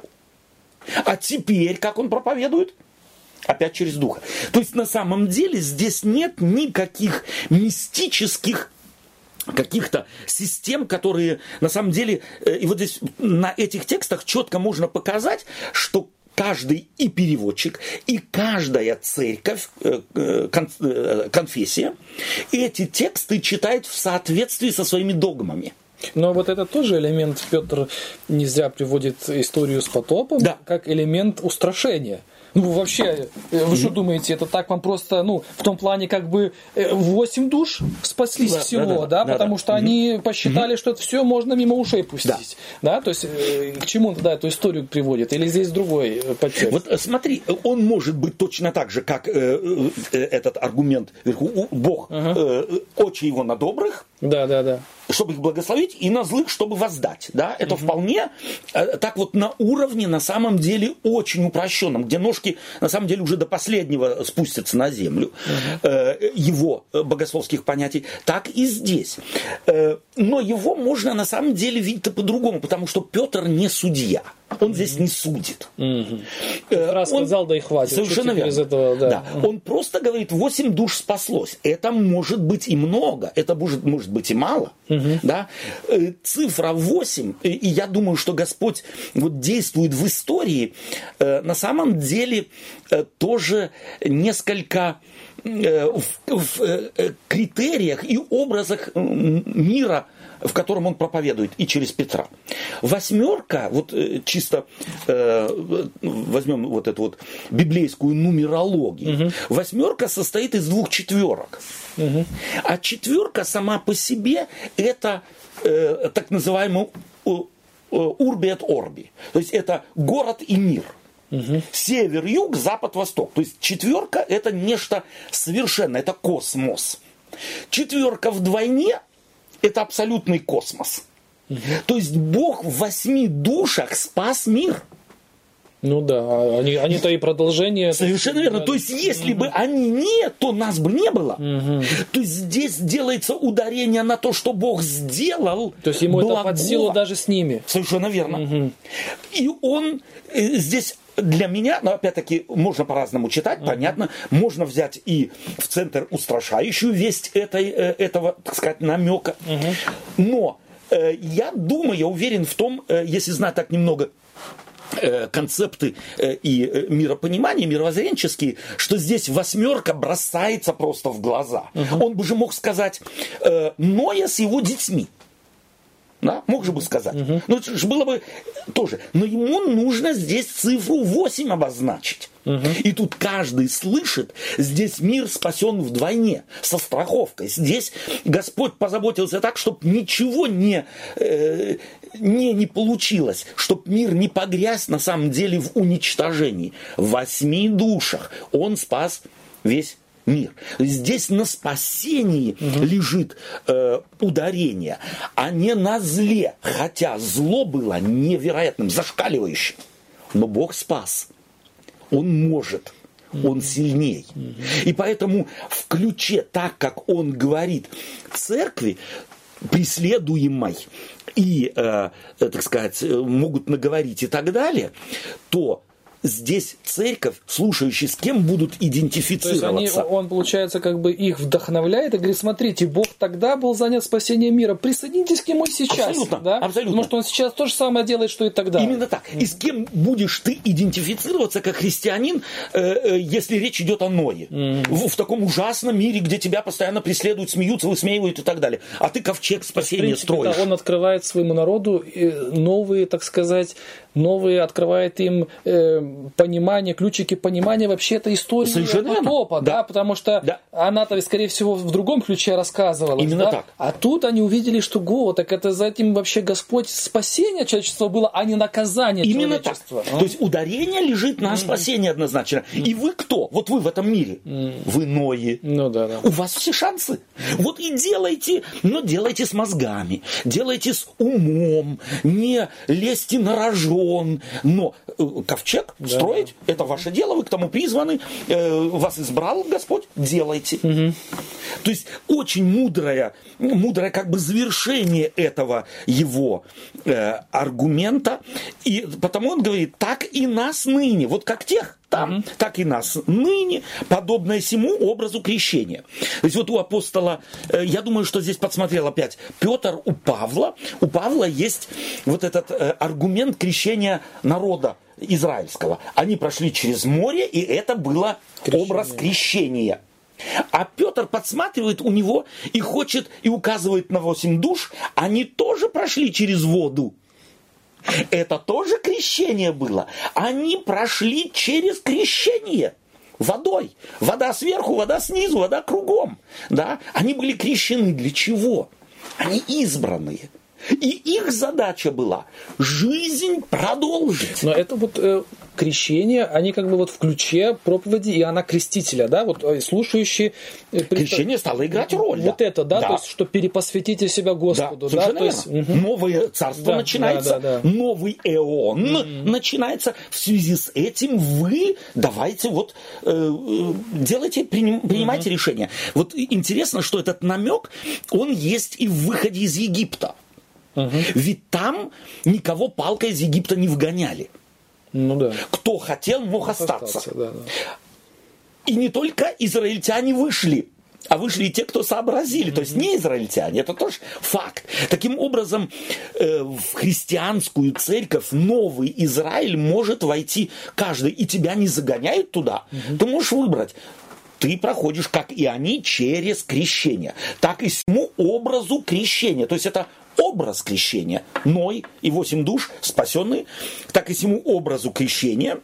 А теперь, как он проповедует? Опять через Духа. То есть на самом деле здесь нет никаких мистических каких-то систем, которые на самом деле, и вот здесь на этих текстах четко можно показать, что каждый и переводчик, и каждая церковь, конфессия, эти тексты читает в соответствии со своими догмами. Но вот это тоже элемент, Петр не зря приводит историю с потопом, да. как элемент устрашения. Ну, вообще, вы что думаете, это так вам просто, ну, в том плане, как бы восемь душ спаслись да, всего, да, да, да, да потому да, что да. они посчитали, что это все можно мимо ушей пустить. Да, да? То есть, к чему он тогда эту историю приводит? Или здесь другой подтекст? Вот смотри, он может быть точно так же, как э, э, этот аргумент вверху, Бог, ага. э, очи его на добрых, да, да, да. чтобы их благословить, и на злых, чтобы воздать. Да? Это угу. вполне э, так вот на уровне, на самом деле, очень упрощенном, где ножки, на самом деле, уже до последнего спустятся на землю, угу. э, его богословских понятий, так и здесь. Э, но его можно, на самом деле, видеть-то по-другому, потому что Петр не судья. Он угу. здесь не судит. Угу. Э, Раз он, сказал, да и хватит. Совершенно верно. Из этого, да. Да. Угу. Он просто говорит, восемь душ спаслось. Это может быть и много, это может, может быть и мало. Угу. Да? Цифра восемь, и я думаю, что Господь вот действует в истории, на самом деле тоже несколько в, в критериях и образах мира, в котором он проповедует, и через Петра. Восьмерка, вот чисто э, возьмем вот эту вот библейскую нумерологию, угу. Восьмерка состоит из двух четверок. Угу. А четверка сама по себе это э, так называемый урби et орби. То есть это город и мир. Угу. Север, юг, запад, восток. То есть четверка это нечто совершенное, это космос. Четверка вдвойне это абсолютный космос. Угу. То есть Бог в восьми душах спас мир. Ну да, они, они-то и продолжение. Совершенно верно. То есть, если угу. бы они не, то нас бы не было. Угу. То есть, здесь делается ударение на то, что Бог сделал. То есть, ему благо. Это под силу даже с ними. Совершенно верно. Угу. И он здесь... Для меня, но опять-таки, можно по-разному читать, uh-huh. понятно. Можно взять и в центр устрашающую весть этой, этого, так сказать, намека. Uh-huh. Но э, я думаю, я уверен в том, э, если знать так немного э, концепты э, и э, миропонимания, мировоззренческие, что здесь восьмерка бросается просто в глаза. Uh-huh. Он бы же мог сказать э, Ноя с его детьми. Да, мог же бы сказать. Угу. Ну, это же было бы тоже. Но ему нужно здесь цифру восемь обозначить. Угу. И тут каждый слышит, здесь мир спасен вдвойне, со страховкой. Здесь Господь позаботился так, чтобы ничего не, э, не, не получилось, чтобы мир не погряз на самом деле в уничтожении. В восьми душах Он спас весь мир. Здесь на спасении угу. лежит э, ударение, а не на зле. Хотя зло было невероятным, зашкаливающим. Но Бог спас. Он может. Он сильней. Угу. И поэтому в ключе, так как он говорит церкви, преследуемой, и, э, так сказать, могут наговорить и так далее, то здесь церковь, слушающие, с кем будут идентифицироваться. То есть они, он, получается, как бы их вдохновляет и говорит, смотрите, Бог тогда был занят спасением мира, присоединитесь к нему сейчас. Абсолютно, да? Абсолютно. Потому что он сейчас то же самое делает, что и тогда. Именно так. И с кем будешь ты идентифицироваться как христианин, э, э, если речь идет о Ное? Mm. В, в таком ужасном мире, где тебя постоянно преследуют, смеются, высмеивают и так далее. А ты ковчег спасения в принципе, строишь. Да, он открывает своему народу новые, так сказать, новые, открывает им э, понимание, ключики понимания вообще этой истории потопа, да. да, потому что да. она-то, скорее всего, в другом ключе рассказывала. Именно да? так. А тут они увидели, что го, так это за этим вообще Господь спасение человечества было, а не наказание Именно человечества. Так. А? То есть ударение лежит на спасение однозначно. И вы кто? Вот вы в этом мире. Вы Нои. Ну, да, да. У вас все шансы. Вот и делайте, но делайте с мозгами, делайте с умом, не лезьте на рожон. Но ковчег да. строить, это ваше дело, вы к тому призваны, э, вас избрал Господь, делайте. Угу. То есть очень мудрое, мудрое как бы завершение этого его э, аргумента. И потому он говорит, так и нас ныне, вот как тех там, mm-hmm. так и нас ныне, подобное сему образу крещения. То есть вот у апостола, э, я думаю, что здесь подсмотрел опять Петр у Павла. У Павла есть вот этот э, аргумент крещения народа израильского. Они прошли через море, и это было крещение. Образ крещения. А Петр подсматривает у него и хочет, и указывает на восемь душ, они тоже прошли через воду. Это тоже крещение было. Они прошли через крещение водой. Вода сверху, вода снизу, вода кругом. Да? Они были крещены для чего? Они избранные. И их задача была жизнь продолжить. Но это вот э, крещение, они как бы вот в ключе проповеди Иоанна Крестителя, да, вот э, слушающие... Э, крещение стало играть роль. Вот да. это, да, да, то есть, что перепосвятите себя Господу. Да, да, то есть, угу. Новое царство да, начинается, да, да, да. новый эон mm-hmm. начинается. В связи с этим вы давайте вот э, делайте, приним, принимайте mm-hmm. решения. Вот интересно, что этот намек, он есть и в выходе из Египта. Угу. Ведь там никого палкой из Египта не вгоняли. Ну, да. Кто хотел, мог остаться. остаться да, да. И не только израильтяне вышли, а вышли и те, кто сообразили. Mm-hmm. То есть не израильтяне, это тоже факт. Таким образом, э, в христианскую церковь новый Израиль может войти каждый. И тебя не загоняют туда. Mm-hmm. Ты можешь выбрать. ты проходишь, как и они, через крещение. Так и всему образу крещения. То есть это образ крещения. Ной и восемь душ спасенные. Так и всему образу крещения.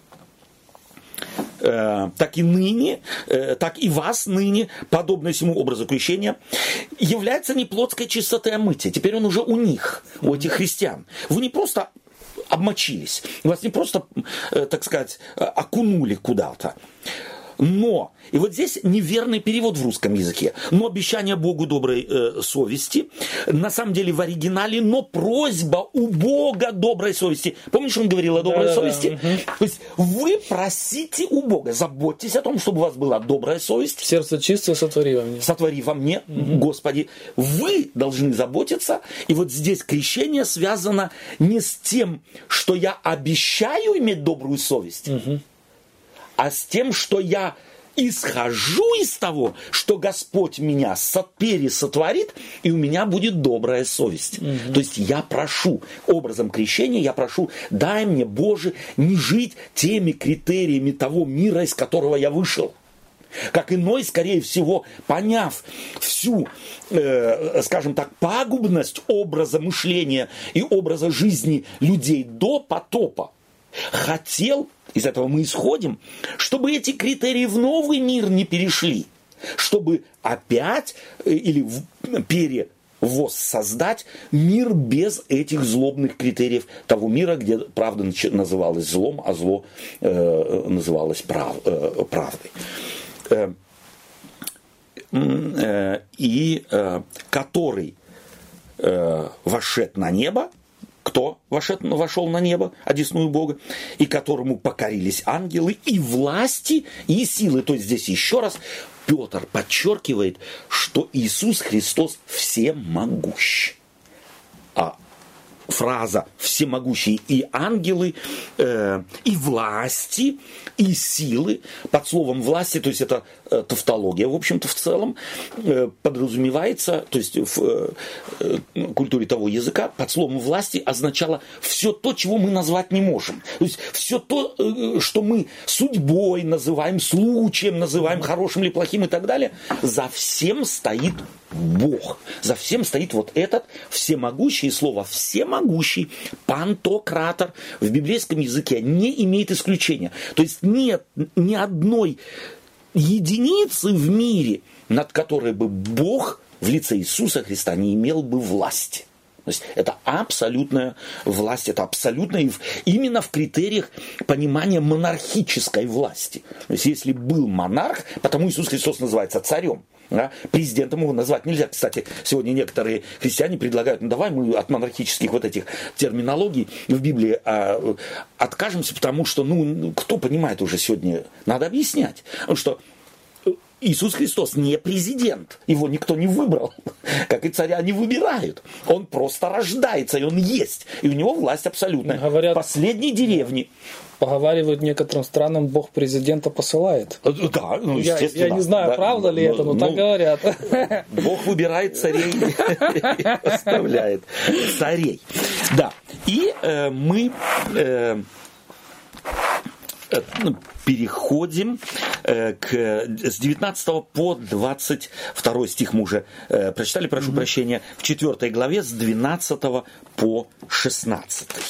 Э, так и ныне, э, так и вас ныне, подобно всему образу крещения, является не плотской чистотой омытия. Теперь он уже у них, у этих христиан. Вы не просто обмочились, вас не просто, э, так сказать, окунули куда-то. Но, и вот здесь неверный перевод в русском языке, но обещание Богу доброй э, совести, на самом деле в оригинале, но просьба у Бога доброй совести. Помнишь, он говорил о доброй да, совести? Да, угу. То есть вы просите у Бога, заботьтесь о том, чтобы у вас была добрая совесть. Сердце чистое сотвори во мне. Сотвори во мне, угу. Господи. Вы должны заботиться, и вот здесь крещение связано не с тем, что я обещаю иметь добрую совесть, угу. а с тем, что я исхожу из того, что Господь меня пересотворит, и у меня будет добрая совесть. Угу. То есть я прошу, образом крещения, я прошу, дай мне, Боже, не жить теми критериями того мира, из которого я вышел. Как иной, скорее всего, поняв всю, э, скажем так, пагубность образа мышления и образа жизни людей до потопа, хотел, из этого мы исходим, чтобы эти критерии в новый мир не перешли, чтобы опять или перевоссоздать мир без этих злобных критериев того мира, где правда называлась злом, а зло э, называлось прав, э, правдой. Э, э, и э, который э, вошед на небо, кто вошел, вошел на небо, одесную Бога, и которому покорились ангелы, и власти, и силы. То есть здесь еще раз Петр подчеркивает, что Иисус Христос всемогущ. А фраза «всемогущие» и ангелы, э, и власти, и силы, под словом «власти», то есть это э, тавтология, в общем-то, в целом, э, подразумевается, то есть в э, э, культуре того языка, под словом «власти» означало все то, чего мы назвать не можем. То есть все то, э, что мы судьбой называем, случаем называем, хорошим или плохим и так далее, за всем стоит Бог. За всем стоит вот этот всемогущий, слово «всемогущий», пантократор в библейском языке не имеет исключения. То есть нет ни одной единицы в мире, над которой бы Бог в лице Иисуса Христа не имел бы власти. То есть это абсолютная власть, это абсолютная именно в критериях понимания монархической власти. То есть если был монарх, потому Иисус Христос называется царем. Да? Президентом его назвать нельзя. Кстати, сегодня некоторые христиане предлагают, ну давай мы от монархических вот этих терминологий в Библии а, откажемся, потому что, ну, кто понимает уже сегодня, надо объяснять. Потому что Иисус Христос не президент, его никто не выбрал, как и царя не выбирают. Он просто рождается, и он есть, и у него власть абсолютная. Говорят, в последней деревне. Поговаривают, некоторым странам Бог президента посылает. Да, ну, естественно. Я, я не знаю, да, правда ли но, это, но ну, так говорят. Бог выбирает царей и оставляет царей. Да, и э, мы... Э, переходим э, к, с девятнадцатого по двадцать второй стих мы уже э, прочитали, прошу mm-hmm. прощения, в четвёртой главе с двенадцатого по шестнадцатый.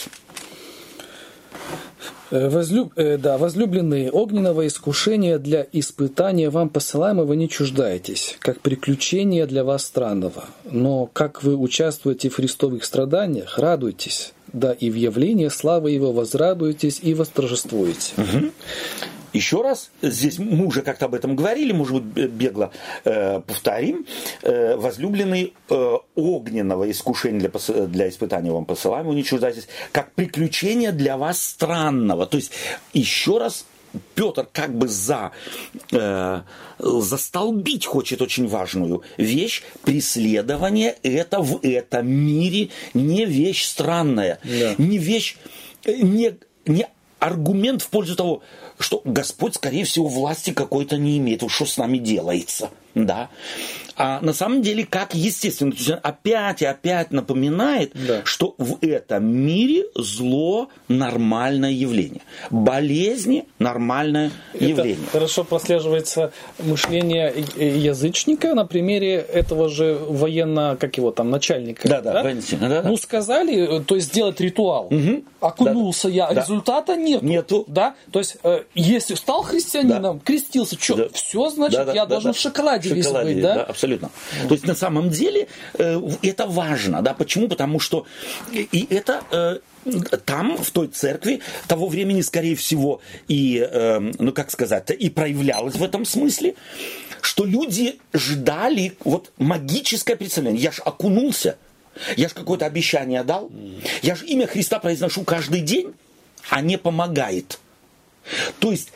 Возлюб... Да, возлюбленные, огненного искушения для испытания вам посылаемого не чуждайтесь, как приключения для вас странного. Но как вы участвуете в христовых страданиях, радуйтесь, да и в явлении славы Его возрадуетесь и восторжествуете. Угу. Еще раз, здесь мы уже как-то об этом говорили, может быть, бегло э, повторим. Э, возлюбленный э, огненного искушения для, для испытания вам посылаем, не чуждайтесь, как приключение для вас странного. То есть, еще раз, Петр как бы за, э, застолбить хочет очень важную вещь. Преследование это в этом мире не вещь странная, да. не вещь, не, не аргумент в пользу того, что Господь, скорее всего, власти какой-то не имеет. Что с нами делается? Да. А на самом деле, как естественно, то есть он опять и опять напоминает, да. что в этом мире зло нормальное явление. Болезни нормальное Это явление. Хорошо прослеживается мышление язычника на примере этого же военно, как его там, начальника. Да, да, да? да, да. Ну, сказали, то есть сделать ритуал. Угу. Окунулся да, я, да. результата нету. Нету. Да? То есть, э, если стал христианином, да. крестился, что, да. все, значит, да, да, я да, должен да. в шоколаде, в шоколаде весь быть, да? Да, абсолютно. То есть, на самом деле, э, это важно, да, почему? Потому что и это... Э, там, в той церкви, того времени, скорее всего, и, э, ну, как сказать, и проявлялось в этом смысле, что люди ждали вот магическое представление. Я ж окунулся, я ж какое-то обещание дал, я ж имя Христа произношу каждый день, а не помогает. То есть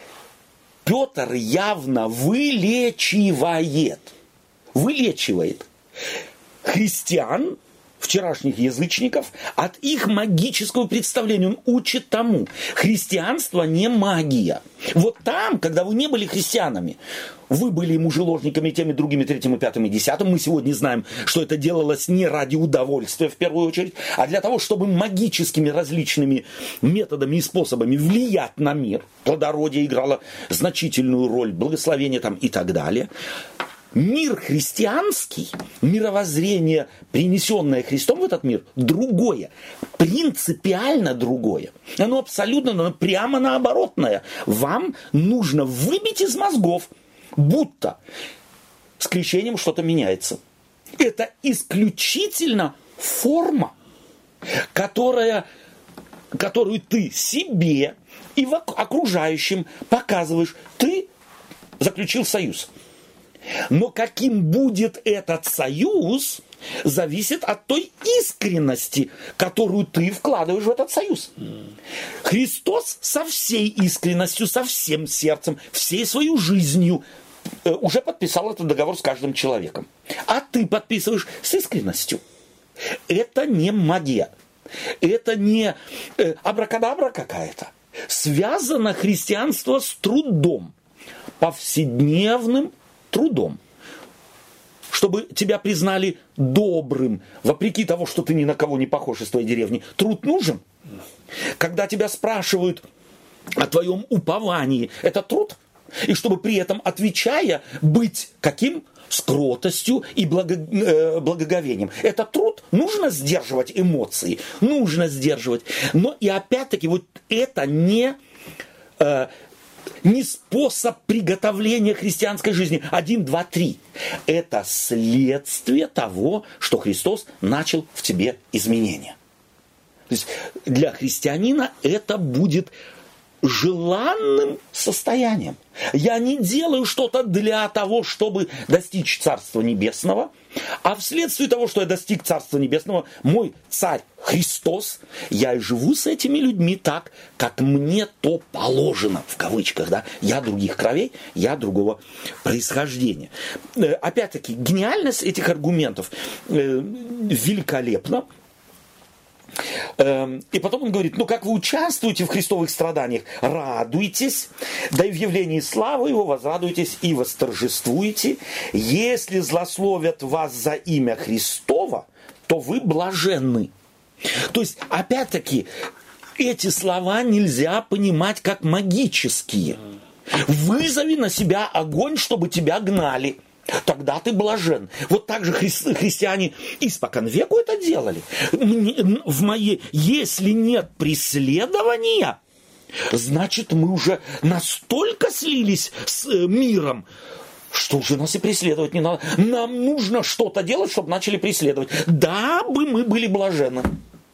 Петр явно вылечивает, вылечивает христиан, вчерашних язычников, от их магического представления. Он учит тому. Христианство не магия. Вот там, когда вы не были христианами, вы были мужеложниками теми, другими, третьим, пятым и десятым. Мы сегодня знаем, что это делалось не ради удовольствия в первую очередь, а для того, чтобы магическими различными методами и способами влиять на мир. Плодородие играло значительную роль, благословение там и так далее. Мир христианский, мировоззрение, принесенное Христом в этот мир, другое, принципиально другое. Оно абсолютно, оно прямо наоборотное. Вам нужно выбить из мозгов, будто с крещением что-то меняется. Это исключительно форма, которая, которую ты себе и окружающим показываешь. Ты заключил союз. Но каким будет этот союз, зависит от той искренности, которую ты вкладываешь в этот союз. Христос со всей искренностью, со всем сердцем, всей своей жизнью уже подписал этот договор с каждым человеком. А ты подписываешь с искренностью. Это не магия. Это не абракадабра какая-то. Связано христианство с трудом, повседневным трудом. Чтобы тебя признали добрым, вопреки того, что ты ни на кого не похож из твоей деревни. Труд нужен. Когда тебя спрашивают о твоем уповании, это труд. И чтобы при этом, отвечая, быть каким? С кротостью и благо, э, благоговением. Это труд. Нужно сдерживать эмоции. Нужно сдерживать. Но и опять-таки вот это не... Э, не способ приготовления христианской жизни. Один, два, три. Это следствие того, что Христос начал в тебе изменения. То есть для христианина это будет желанным состоянием. Я не делаю что-то для того, чтобы достичь Царства Небесного, а вследствие того, что я достиг Царства Небесного, мой Царь Христос, я и живу с этими людьми так, как мне то положено, в кавычках, да, я других кровей, я другого происхождения. Опять-таки, гениальность этих аргументов великолепна. И потом он говорит, ну как вы участвуете в христовых страданиях, радуйтесь, да и в явлении славы его возрадуйтесь и восторжествуйте. Если злословят вас за имя Христово, то вы блаженны. То есть, опять-таки, эти слова нельзя понимать как магические. Вызови на себя огонь, чтобы тебя гнали. Тогда ты блажен. Вот так же хри- христиане испокон веку это делали. В моей, если нет преследования, значит мы уже настолько слились с миром, что уже нас и преследовать не надо. Нам нужно что-то делать, чтобы начали преследовать, дабы мы были блаженны.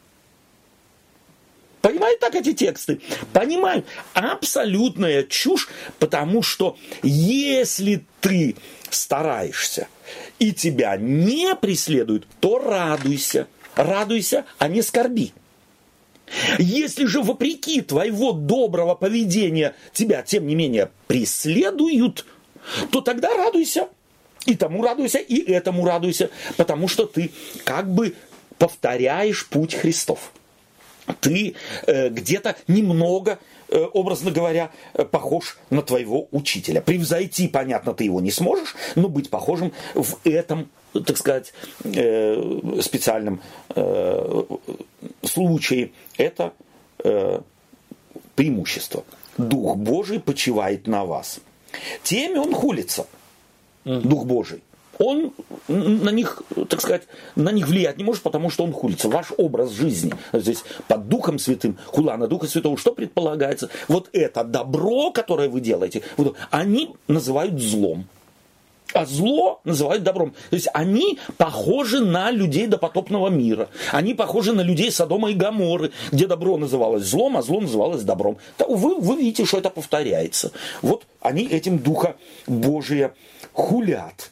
Понимают так эти тексты? Понимают. Абсолютная чушь, потому что если ты стараешься и тебя не преследуют, то радуйся. Радуйся, а не скорби. Если же вопреки твоего доброго поведения тебя, тем не менее, преследуют, то тогда радуйся. И тому радуйся, и этому радуйся, потому что ты как бы повторяешь путь Христов. ты э, где-то немного, э, образно говоря, э, похож на твоего учителя. Превзойти, понятно, ты его не сможешь, но быть похожим в этом, так сказать, э, специальном э, случае – это э, преимущество. Дух Божий почивает на вас. Теми он хулится, mm. Дух Божий. Он на них, так сказать, на них влиять не может, потому что он хулится. Ваш образ жизни, здесь под Духом Святым, хула на Духа Святого, что предполагается? Вот это добро, которое вы делаете, вот, они называют злом. А зло называют добром. То есть они похожи на людей допотопного мира. Они похожи на людей Содома и Гоморры, где добро называлось злом, а зло называлось добром. Вы, вы видите, что это повторяется. Вот они этим Духа Божия хулят.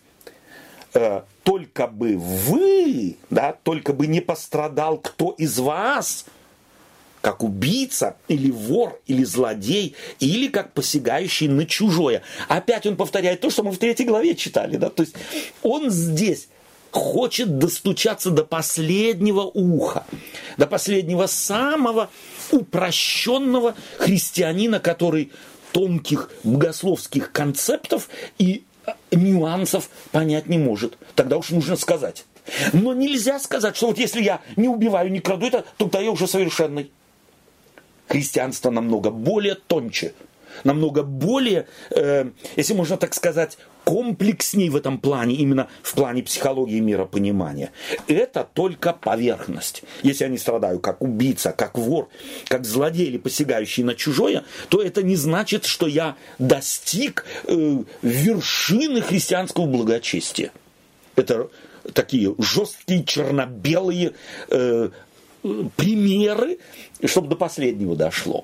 Только бы вы, да, только бы не пострадал кто из вас, как убийца, или вор, или злодей, или как посягающий на чужое. Опять он повторяет то, что мы в третьей главе читали. Да? То есть он здесь хочет достучаться до последнего уха, до последнего самого упрощенного христианина, который тонких богословских концептов и нюансов понять не может. Тогда уж нужно сказать. Но нельзя сказать, что вот если я не убиваю, не краду, это, тогда я уже совершенный. Христианство намного более тоньше, намного более, э, если можно так сказать, комплексней в этом плане, именно в плане психологии миропонимания. Это только поверхность. Если я не страдаю как убийца, как вор, как злодей или посягающий на чужое, то это не значит, что я достиг э, вершины христианского благочестия. Это такие жесткие, черно-белые э, примеры, чтобы до последнего дошло.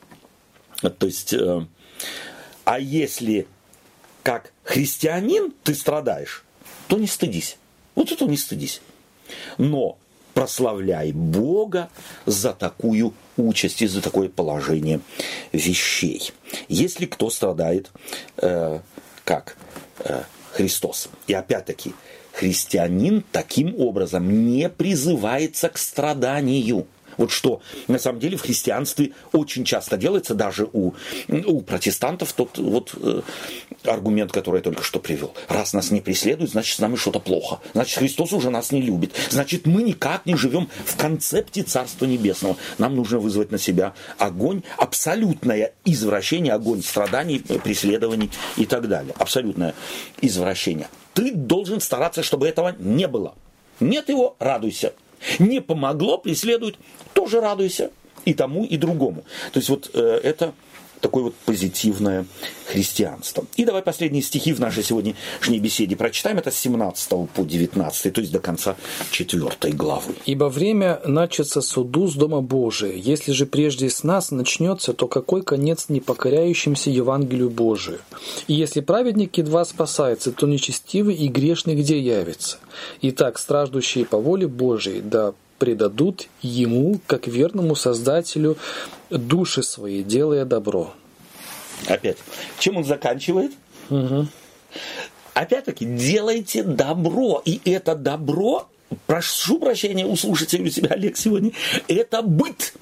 То есть, э, а если как христианин ты страдаешь, то не стыдись. Вот это не стыдись. Но прославляй Бога за такую участь и за такое положение вещей. Если кто страдает, э, как э, Христос. И опять-таки, христианин таким образом не призывается к страданию. Вот что на самом деле в христианстве очень часто делается, даже у, у протестантов, тот вот э, аргумент, который я только что привел. Раз нас не преследуют, значит, с нами что-то плохо. Значит, Христос уже нас не любит. Значит, мы никак не живем в концепте Царства Небесного. Нам нужно вызвать на себя огонь, абсолютное извращение, огонь страданий, преследований и так далее. Абсолютное извращение. Ты должен стараться, чтобы этого не было. Нет его, радуйся. Не помогло, преследует, тоже радуйся. И тому, и другому. То есть вот э, это такое вот позитивное христианство. И давай последние стихи в нашей сегодняшней беседе прочитаем. Это с семнадцатого по девятнадцатый, то есть до конца четвёртой главы. «Ибо время начаться суду с Дома Божия. Если же прежде с нас начнется, то какой конец непокоряющимся Евангелию Божию? И если праведник едва спасается, то нечестивый и грешный где явится? Итак, страждущие по воле Божией, да предадут Ему, как верному Создателю, души свои, делая добро». Опять. Чем он заканчивает? Угу. Опять-таки, делайте добро. И это добро, прошу прощения у слушателей, у себя, Олег, сегодня, это быт.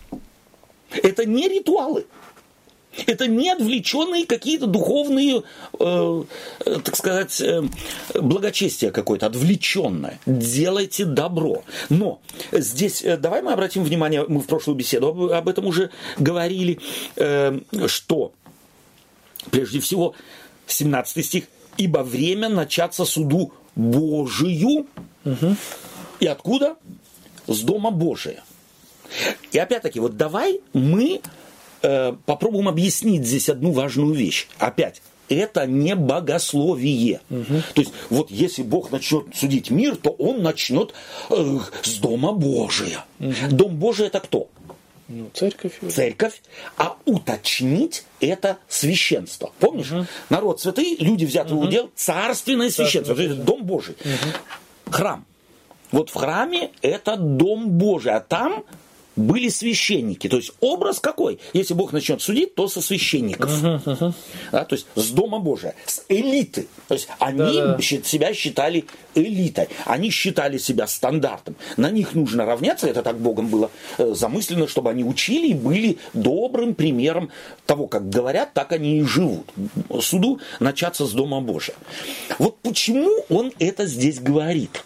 Это не ритуалы. Это не отвлеченные какие-то духовные, э, э, так сказать, э, благочестие какое-то, отвлеченное. Делайте добро. Но здесь, э, давай мы обратим внимание, мы в прошлую беседу об, об этом уже говорили, э, что, прежде всего, семнадцатый стих, «Ибо время начаться суду Божию». Угу. И откуда? С Дома Божия. И опять-таки, вот давай мы попробуем объяснить здесь одну важную вещь. Опять, это не богословие. Угу. То есть, вот если Бог начнет судить мир, то Он начнет э, с Дома Божия. Угу. Дом Божий это кто? Ну, церковь. Церковь. А уточнить это священство. Помнишь? Угу. Народ святый, люди взятые в угу. удел, царственное священство. То есть, Дом Божий. Угу. Храм. Вот в храме это Дом Божий, а там были священники. То есть образ какой? Если Бог начнет судить, то со священников. Uh-huh, uh-huh. Да, то есть с Дома Божия, с элиты. То есть они Да-да. себя считали элитой. Они считали себя стандартом. На них нужно равняться. Это так Богом было замыслено, чтобы они учили и были добрым примером того, как говорят, так они и живут. Суду начаться с Дома Божия. Вот почему он это здесь говорит.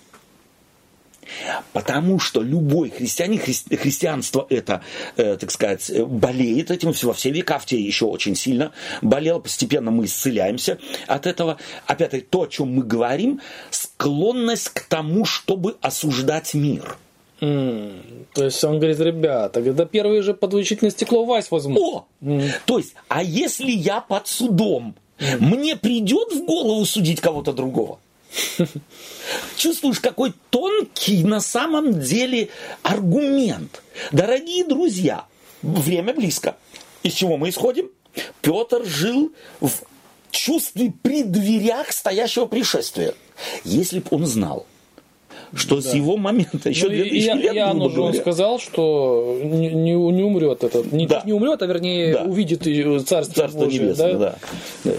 Потому что любой христианин, хри- христианство это, э, так сказать, болеет этим во все века, в те еще очень сильно болело, постепенно мы исцеляемся от этого. Опять-таки, то, о чем мы говорим, склонность к тому, чтобы осуждать мир. Mm. То есть он говорит, ребята, тогда первые же под увеличительное стекло вас возьмут. О! Mm. То есть, а если я под судом, mm. мне придет в голову судить кого-то другого? Чувствуешь, какой тонкий на самом деле аргумент. Дорогие друзья, время близко. Из чего мы исходим? Петр жил в чувстве при дверях стоящего пришествия. Если бы он знал, что да. с его момента еще ну, две тысячи я, лет, я, уже он сказал, что не, не, не умрет этот, не, да. не умрет, а вернее да. увидит Царство, Царство Божие, Небесное. Да? Да.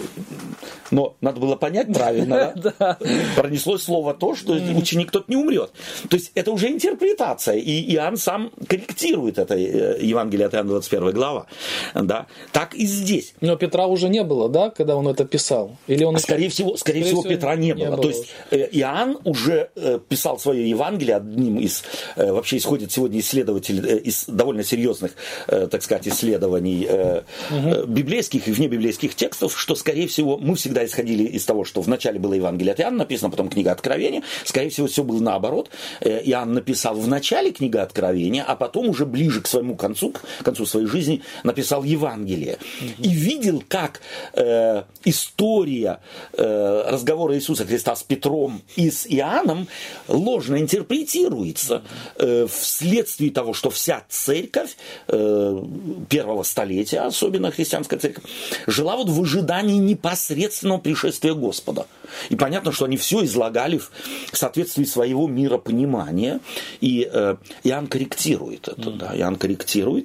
Но надо было понять правильно, да? Пронеслось слово то, что ученик тот не умрет. То есть это уже интерпретация, и Иоанн сам корректирует это Евангелие от Иоанна, двадцать первая глава. Да? Так и здесь. Но Петра уже не было, да, когда он это писал? Или он... Скорее всего, скорее, скорее всего, всего, Петра не, не было. было. То есть Иоанн уже писал свое Евангелие, одним из, вообще исходит сегодня исследователь из довольно серьезных, так сказать, исследований угу. библейских и внебиблейских текстов, что, скорее всего, мы всегда исходили из того, что вначале было Евангелие от Иоанна, написано, потом книга Откровения. Скорее всего, все было наоборот. Иоанн написал в начале книга Откровения, а потом уже ближе к своему концу, к концу своей жизни, написал Евангелие. Угу. И видел, как э, история э, разговора Иисуса Христа с Петром и с Иоанном ложно интерпретируется э, вследствие того, что вся церковь э, первого столетия, особенно христианская церковь, жила вот в ожидании непосредственного пришествия Господа. И понятно, что они все излагали в соответствии своего миропонимания. И э, Иоанн корректирует это. Mm. Да, Иоанн корректирует.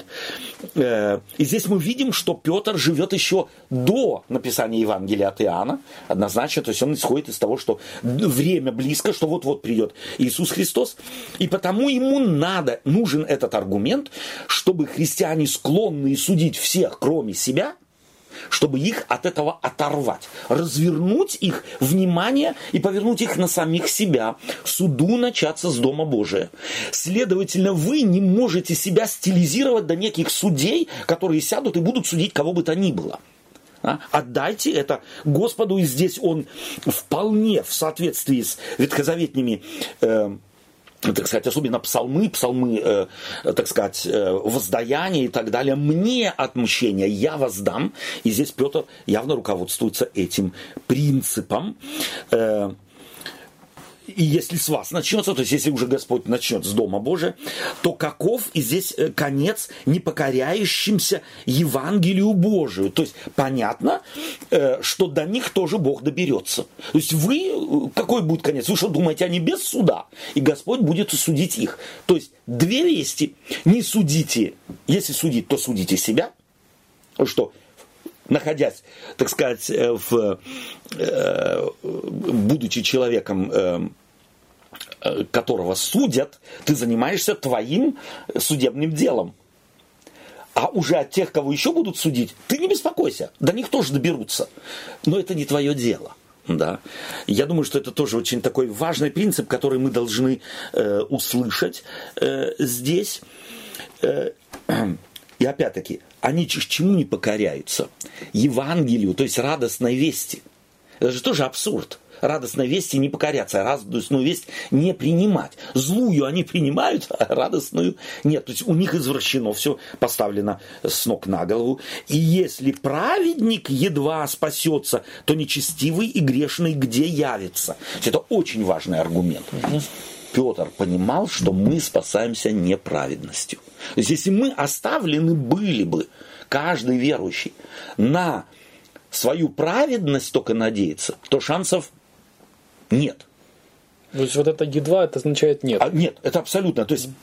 Э, и здесь мы видим, что Петр живет еще до написания Евангелия от Иоанна. Однозначно, то есть он исходит из того, что время близко, что вот-вот придет Иисус Христос. И потому ему надо, нужен этот аргумент, чтобы христиане, склонные судить всех, кроме себя, чтобы их от этого оторвать, развернуть их внимание и повернуть их на самих себя. Суду начаться с Дома Божия. Следовательно, вы не можете себя стилизировать до неких судей, которые сядут и будут судить кого бы то ни было. А? Отдайте это Господу, и здесь он вполне в соответствии с ветхозаветными э, так сказать, особенно псалмы, псалмы, э, так сказать, э, воздаяния и так далее. Мне отмщение я воздам. И здесь Петр явно руководствуется этим принципом. Э, И если с вас начнется, то есть если уже Господь начнет с Дома Божия, то каков и здесь конец непокоряющимся Евангелию Божию? То есть понятно, что до них тоже Бог доберется. То есть вы, какой будет конец? Вы что думаете, они без суда? И Господь будет судить их. То есть две вести. Не судите, если судить, то судите себя. Что? Находясь, так сказать, в, будучи человеком, которого судят, ты занимаешься твоим судебным делом. А уже от тех, кого еще будут судить, ты не беспокойся, до них тоже доберутся. Но это не твое дело. Да. Я думаю, что это тоже очень такой важный принцип, который мы должны э, услышать э, здесь. Э, и опять-таки, они чему не покоряются? Евангелию, то есть радостной вести. Это же тоже абсурд. Радостной вести не покоряться, а радостную весть не принимать. Злую они принимают, а радостную нет. То есть у них извращено все, поставлено с ног на голову. И если праведник едва спасется, то нечестивый и грешный где явится? Это очень важный аргумент. Петр понимал, что мы спасаемся неправедностью. То есть если мы оставлены были бы, каждый верующий, на свою праведность только надеяться, то шансов нет. То есть вот это едва, это означает нет. А, нет, это абсолютно. То есть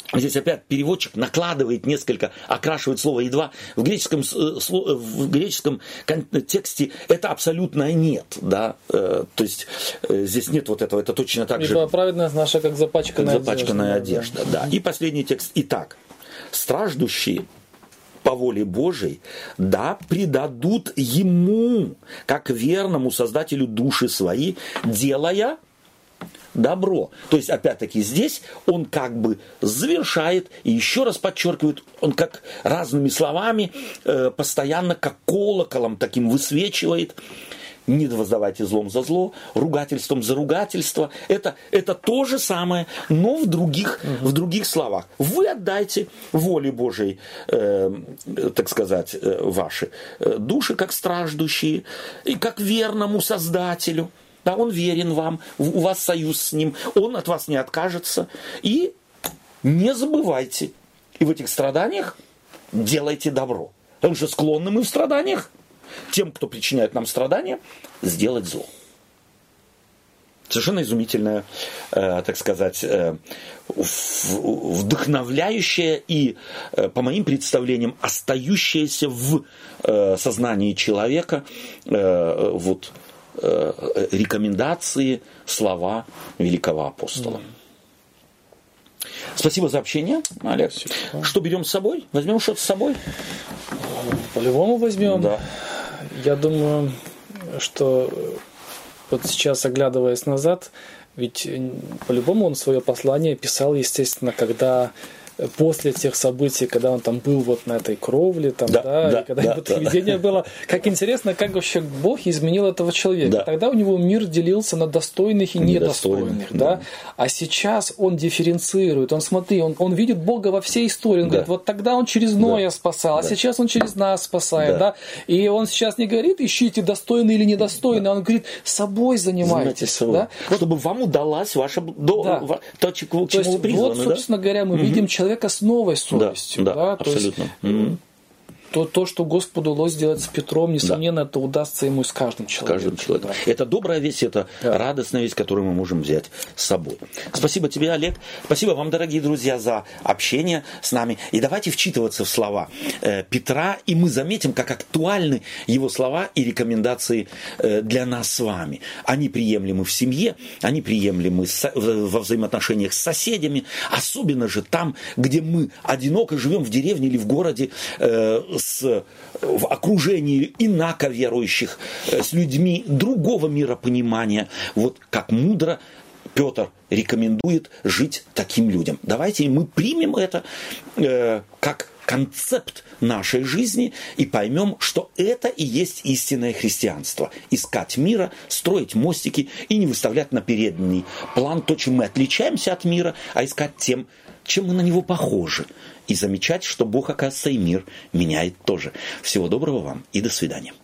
Здесь опять переводчик накладывает несколько, окрашивает слово «едва». В греческом, в греческом тексте это абсолютное «нет». Да? То есть здесь нет вот этого. Это точно так же... Ибо праведность наша, как запачканная, как запачканная одежда. одежда да. И последний текст. Итак, страждущие по воле Божией, да, предадут Ему, как верному Создателю души свои, делая... добро. То есть, опять-таки, здесь он как бы завершает и еще раз подчеркивает, он как разными словами э, постоянно, как колоколом таким высвечивает: не воздавайте злом за зло, ругательством за ругательство. Это, это то же самое, но в других, угу. в других словах. Вы отдайте воле Божией, э, так сказать, э, ваши э, души, как страждущие, и как верному Создателю. Да, он верен вам, у вас союз с ним, он от вас не откажется. И не забывайте, и в этих страданиях делайте добро. Потому что склонны мы в страданиях, тем, кто причиняет нам страдания, сделать зло. Совершенно изумительная, э, так сказать, э, вдохновляющая и, э, по моим представлениям, остающаяся в э, сознании человека э, вот, рекомендации, слова великого апостола. Mm. Спасибо за общение, Олег. Спасибо. Что берем с собой? Возьмем что-то с собой? По-любому возьмем. Да. Я думаю, что вот сейчас, оглядываясь назад, ведь по-любому он свое послание писал, естественно, когда... после тех событий, когда он там был вот на этой кровле, там, да, да, да, и когда да, это да. видение было. Как интересно, как вообще Бог изменил этого человека. Да. Тогда у него мир делился на достойных и недостойных. Да? Да. А сейчас он дифференцирует. Он, смотри, он, он видит Бога во всей истории. Он да. говорит, вот тогда он через Ноя да. спасал, а да. сейчас он через нас спасает. Да. Да? И он сейчас не говорит, ищите достойные или недостойные, да. он говорит, собой занимайтесь. Да? Чтобы вот. вам удалась ваша... Да. То, к чему То есть, вы призваны. Вот, собственно да? говоря, мы угу. видим человека с новой совестью. Да, да, да? абсолютно. То, есть, mm-hmm. то, то, что Господу удалось сделать с Петром, несомненно, да. это удастся ему и с каждым человеком. Каждым человеком. Да. Это добрая весть, это да. радостная весть, которую мы можем взять с собой. Спасибо тебе, Олег. Спасибо вам, дорогие друзья, за общение с нами. И давайте вчитываться в слова э, Петра, и мы заметим, как актуальны его слова и рекомендации э, для нас с вами. Они приемлемы в семье, они приемлемы со, во взаимоотношениях с соседями, особенно же там, где мы одиноко живем в деревне или в городе, э, с, в окружении инаковерующих, с людьми другого миропонимания. Вот как мудро Петр рекомендует жить таким людям. Давайте мы примем это э, как концепт нашей жизни и поймем, что это и есть истинное христианство. Искать мира, строить мостики и не выставлять на передний план то, чем мы отличаемся от мира, а искать тем, чем мы на него похожи. И замечать, что Бог, оказывается, и мир меняет тоже. Всего доброго вам и до свидания.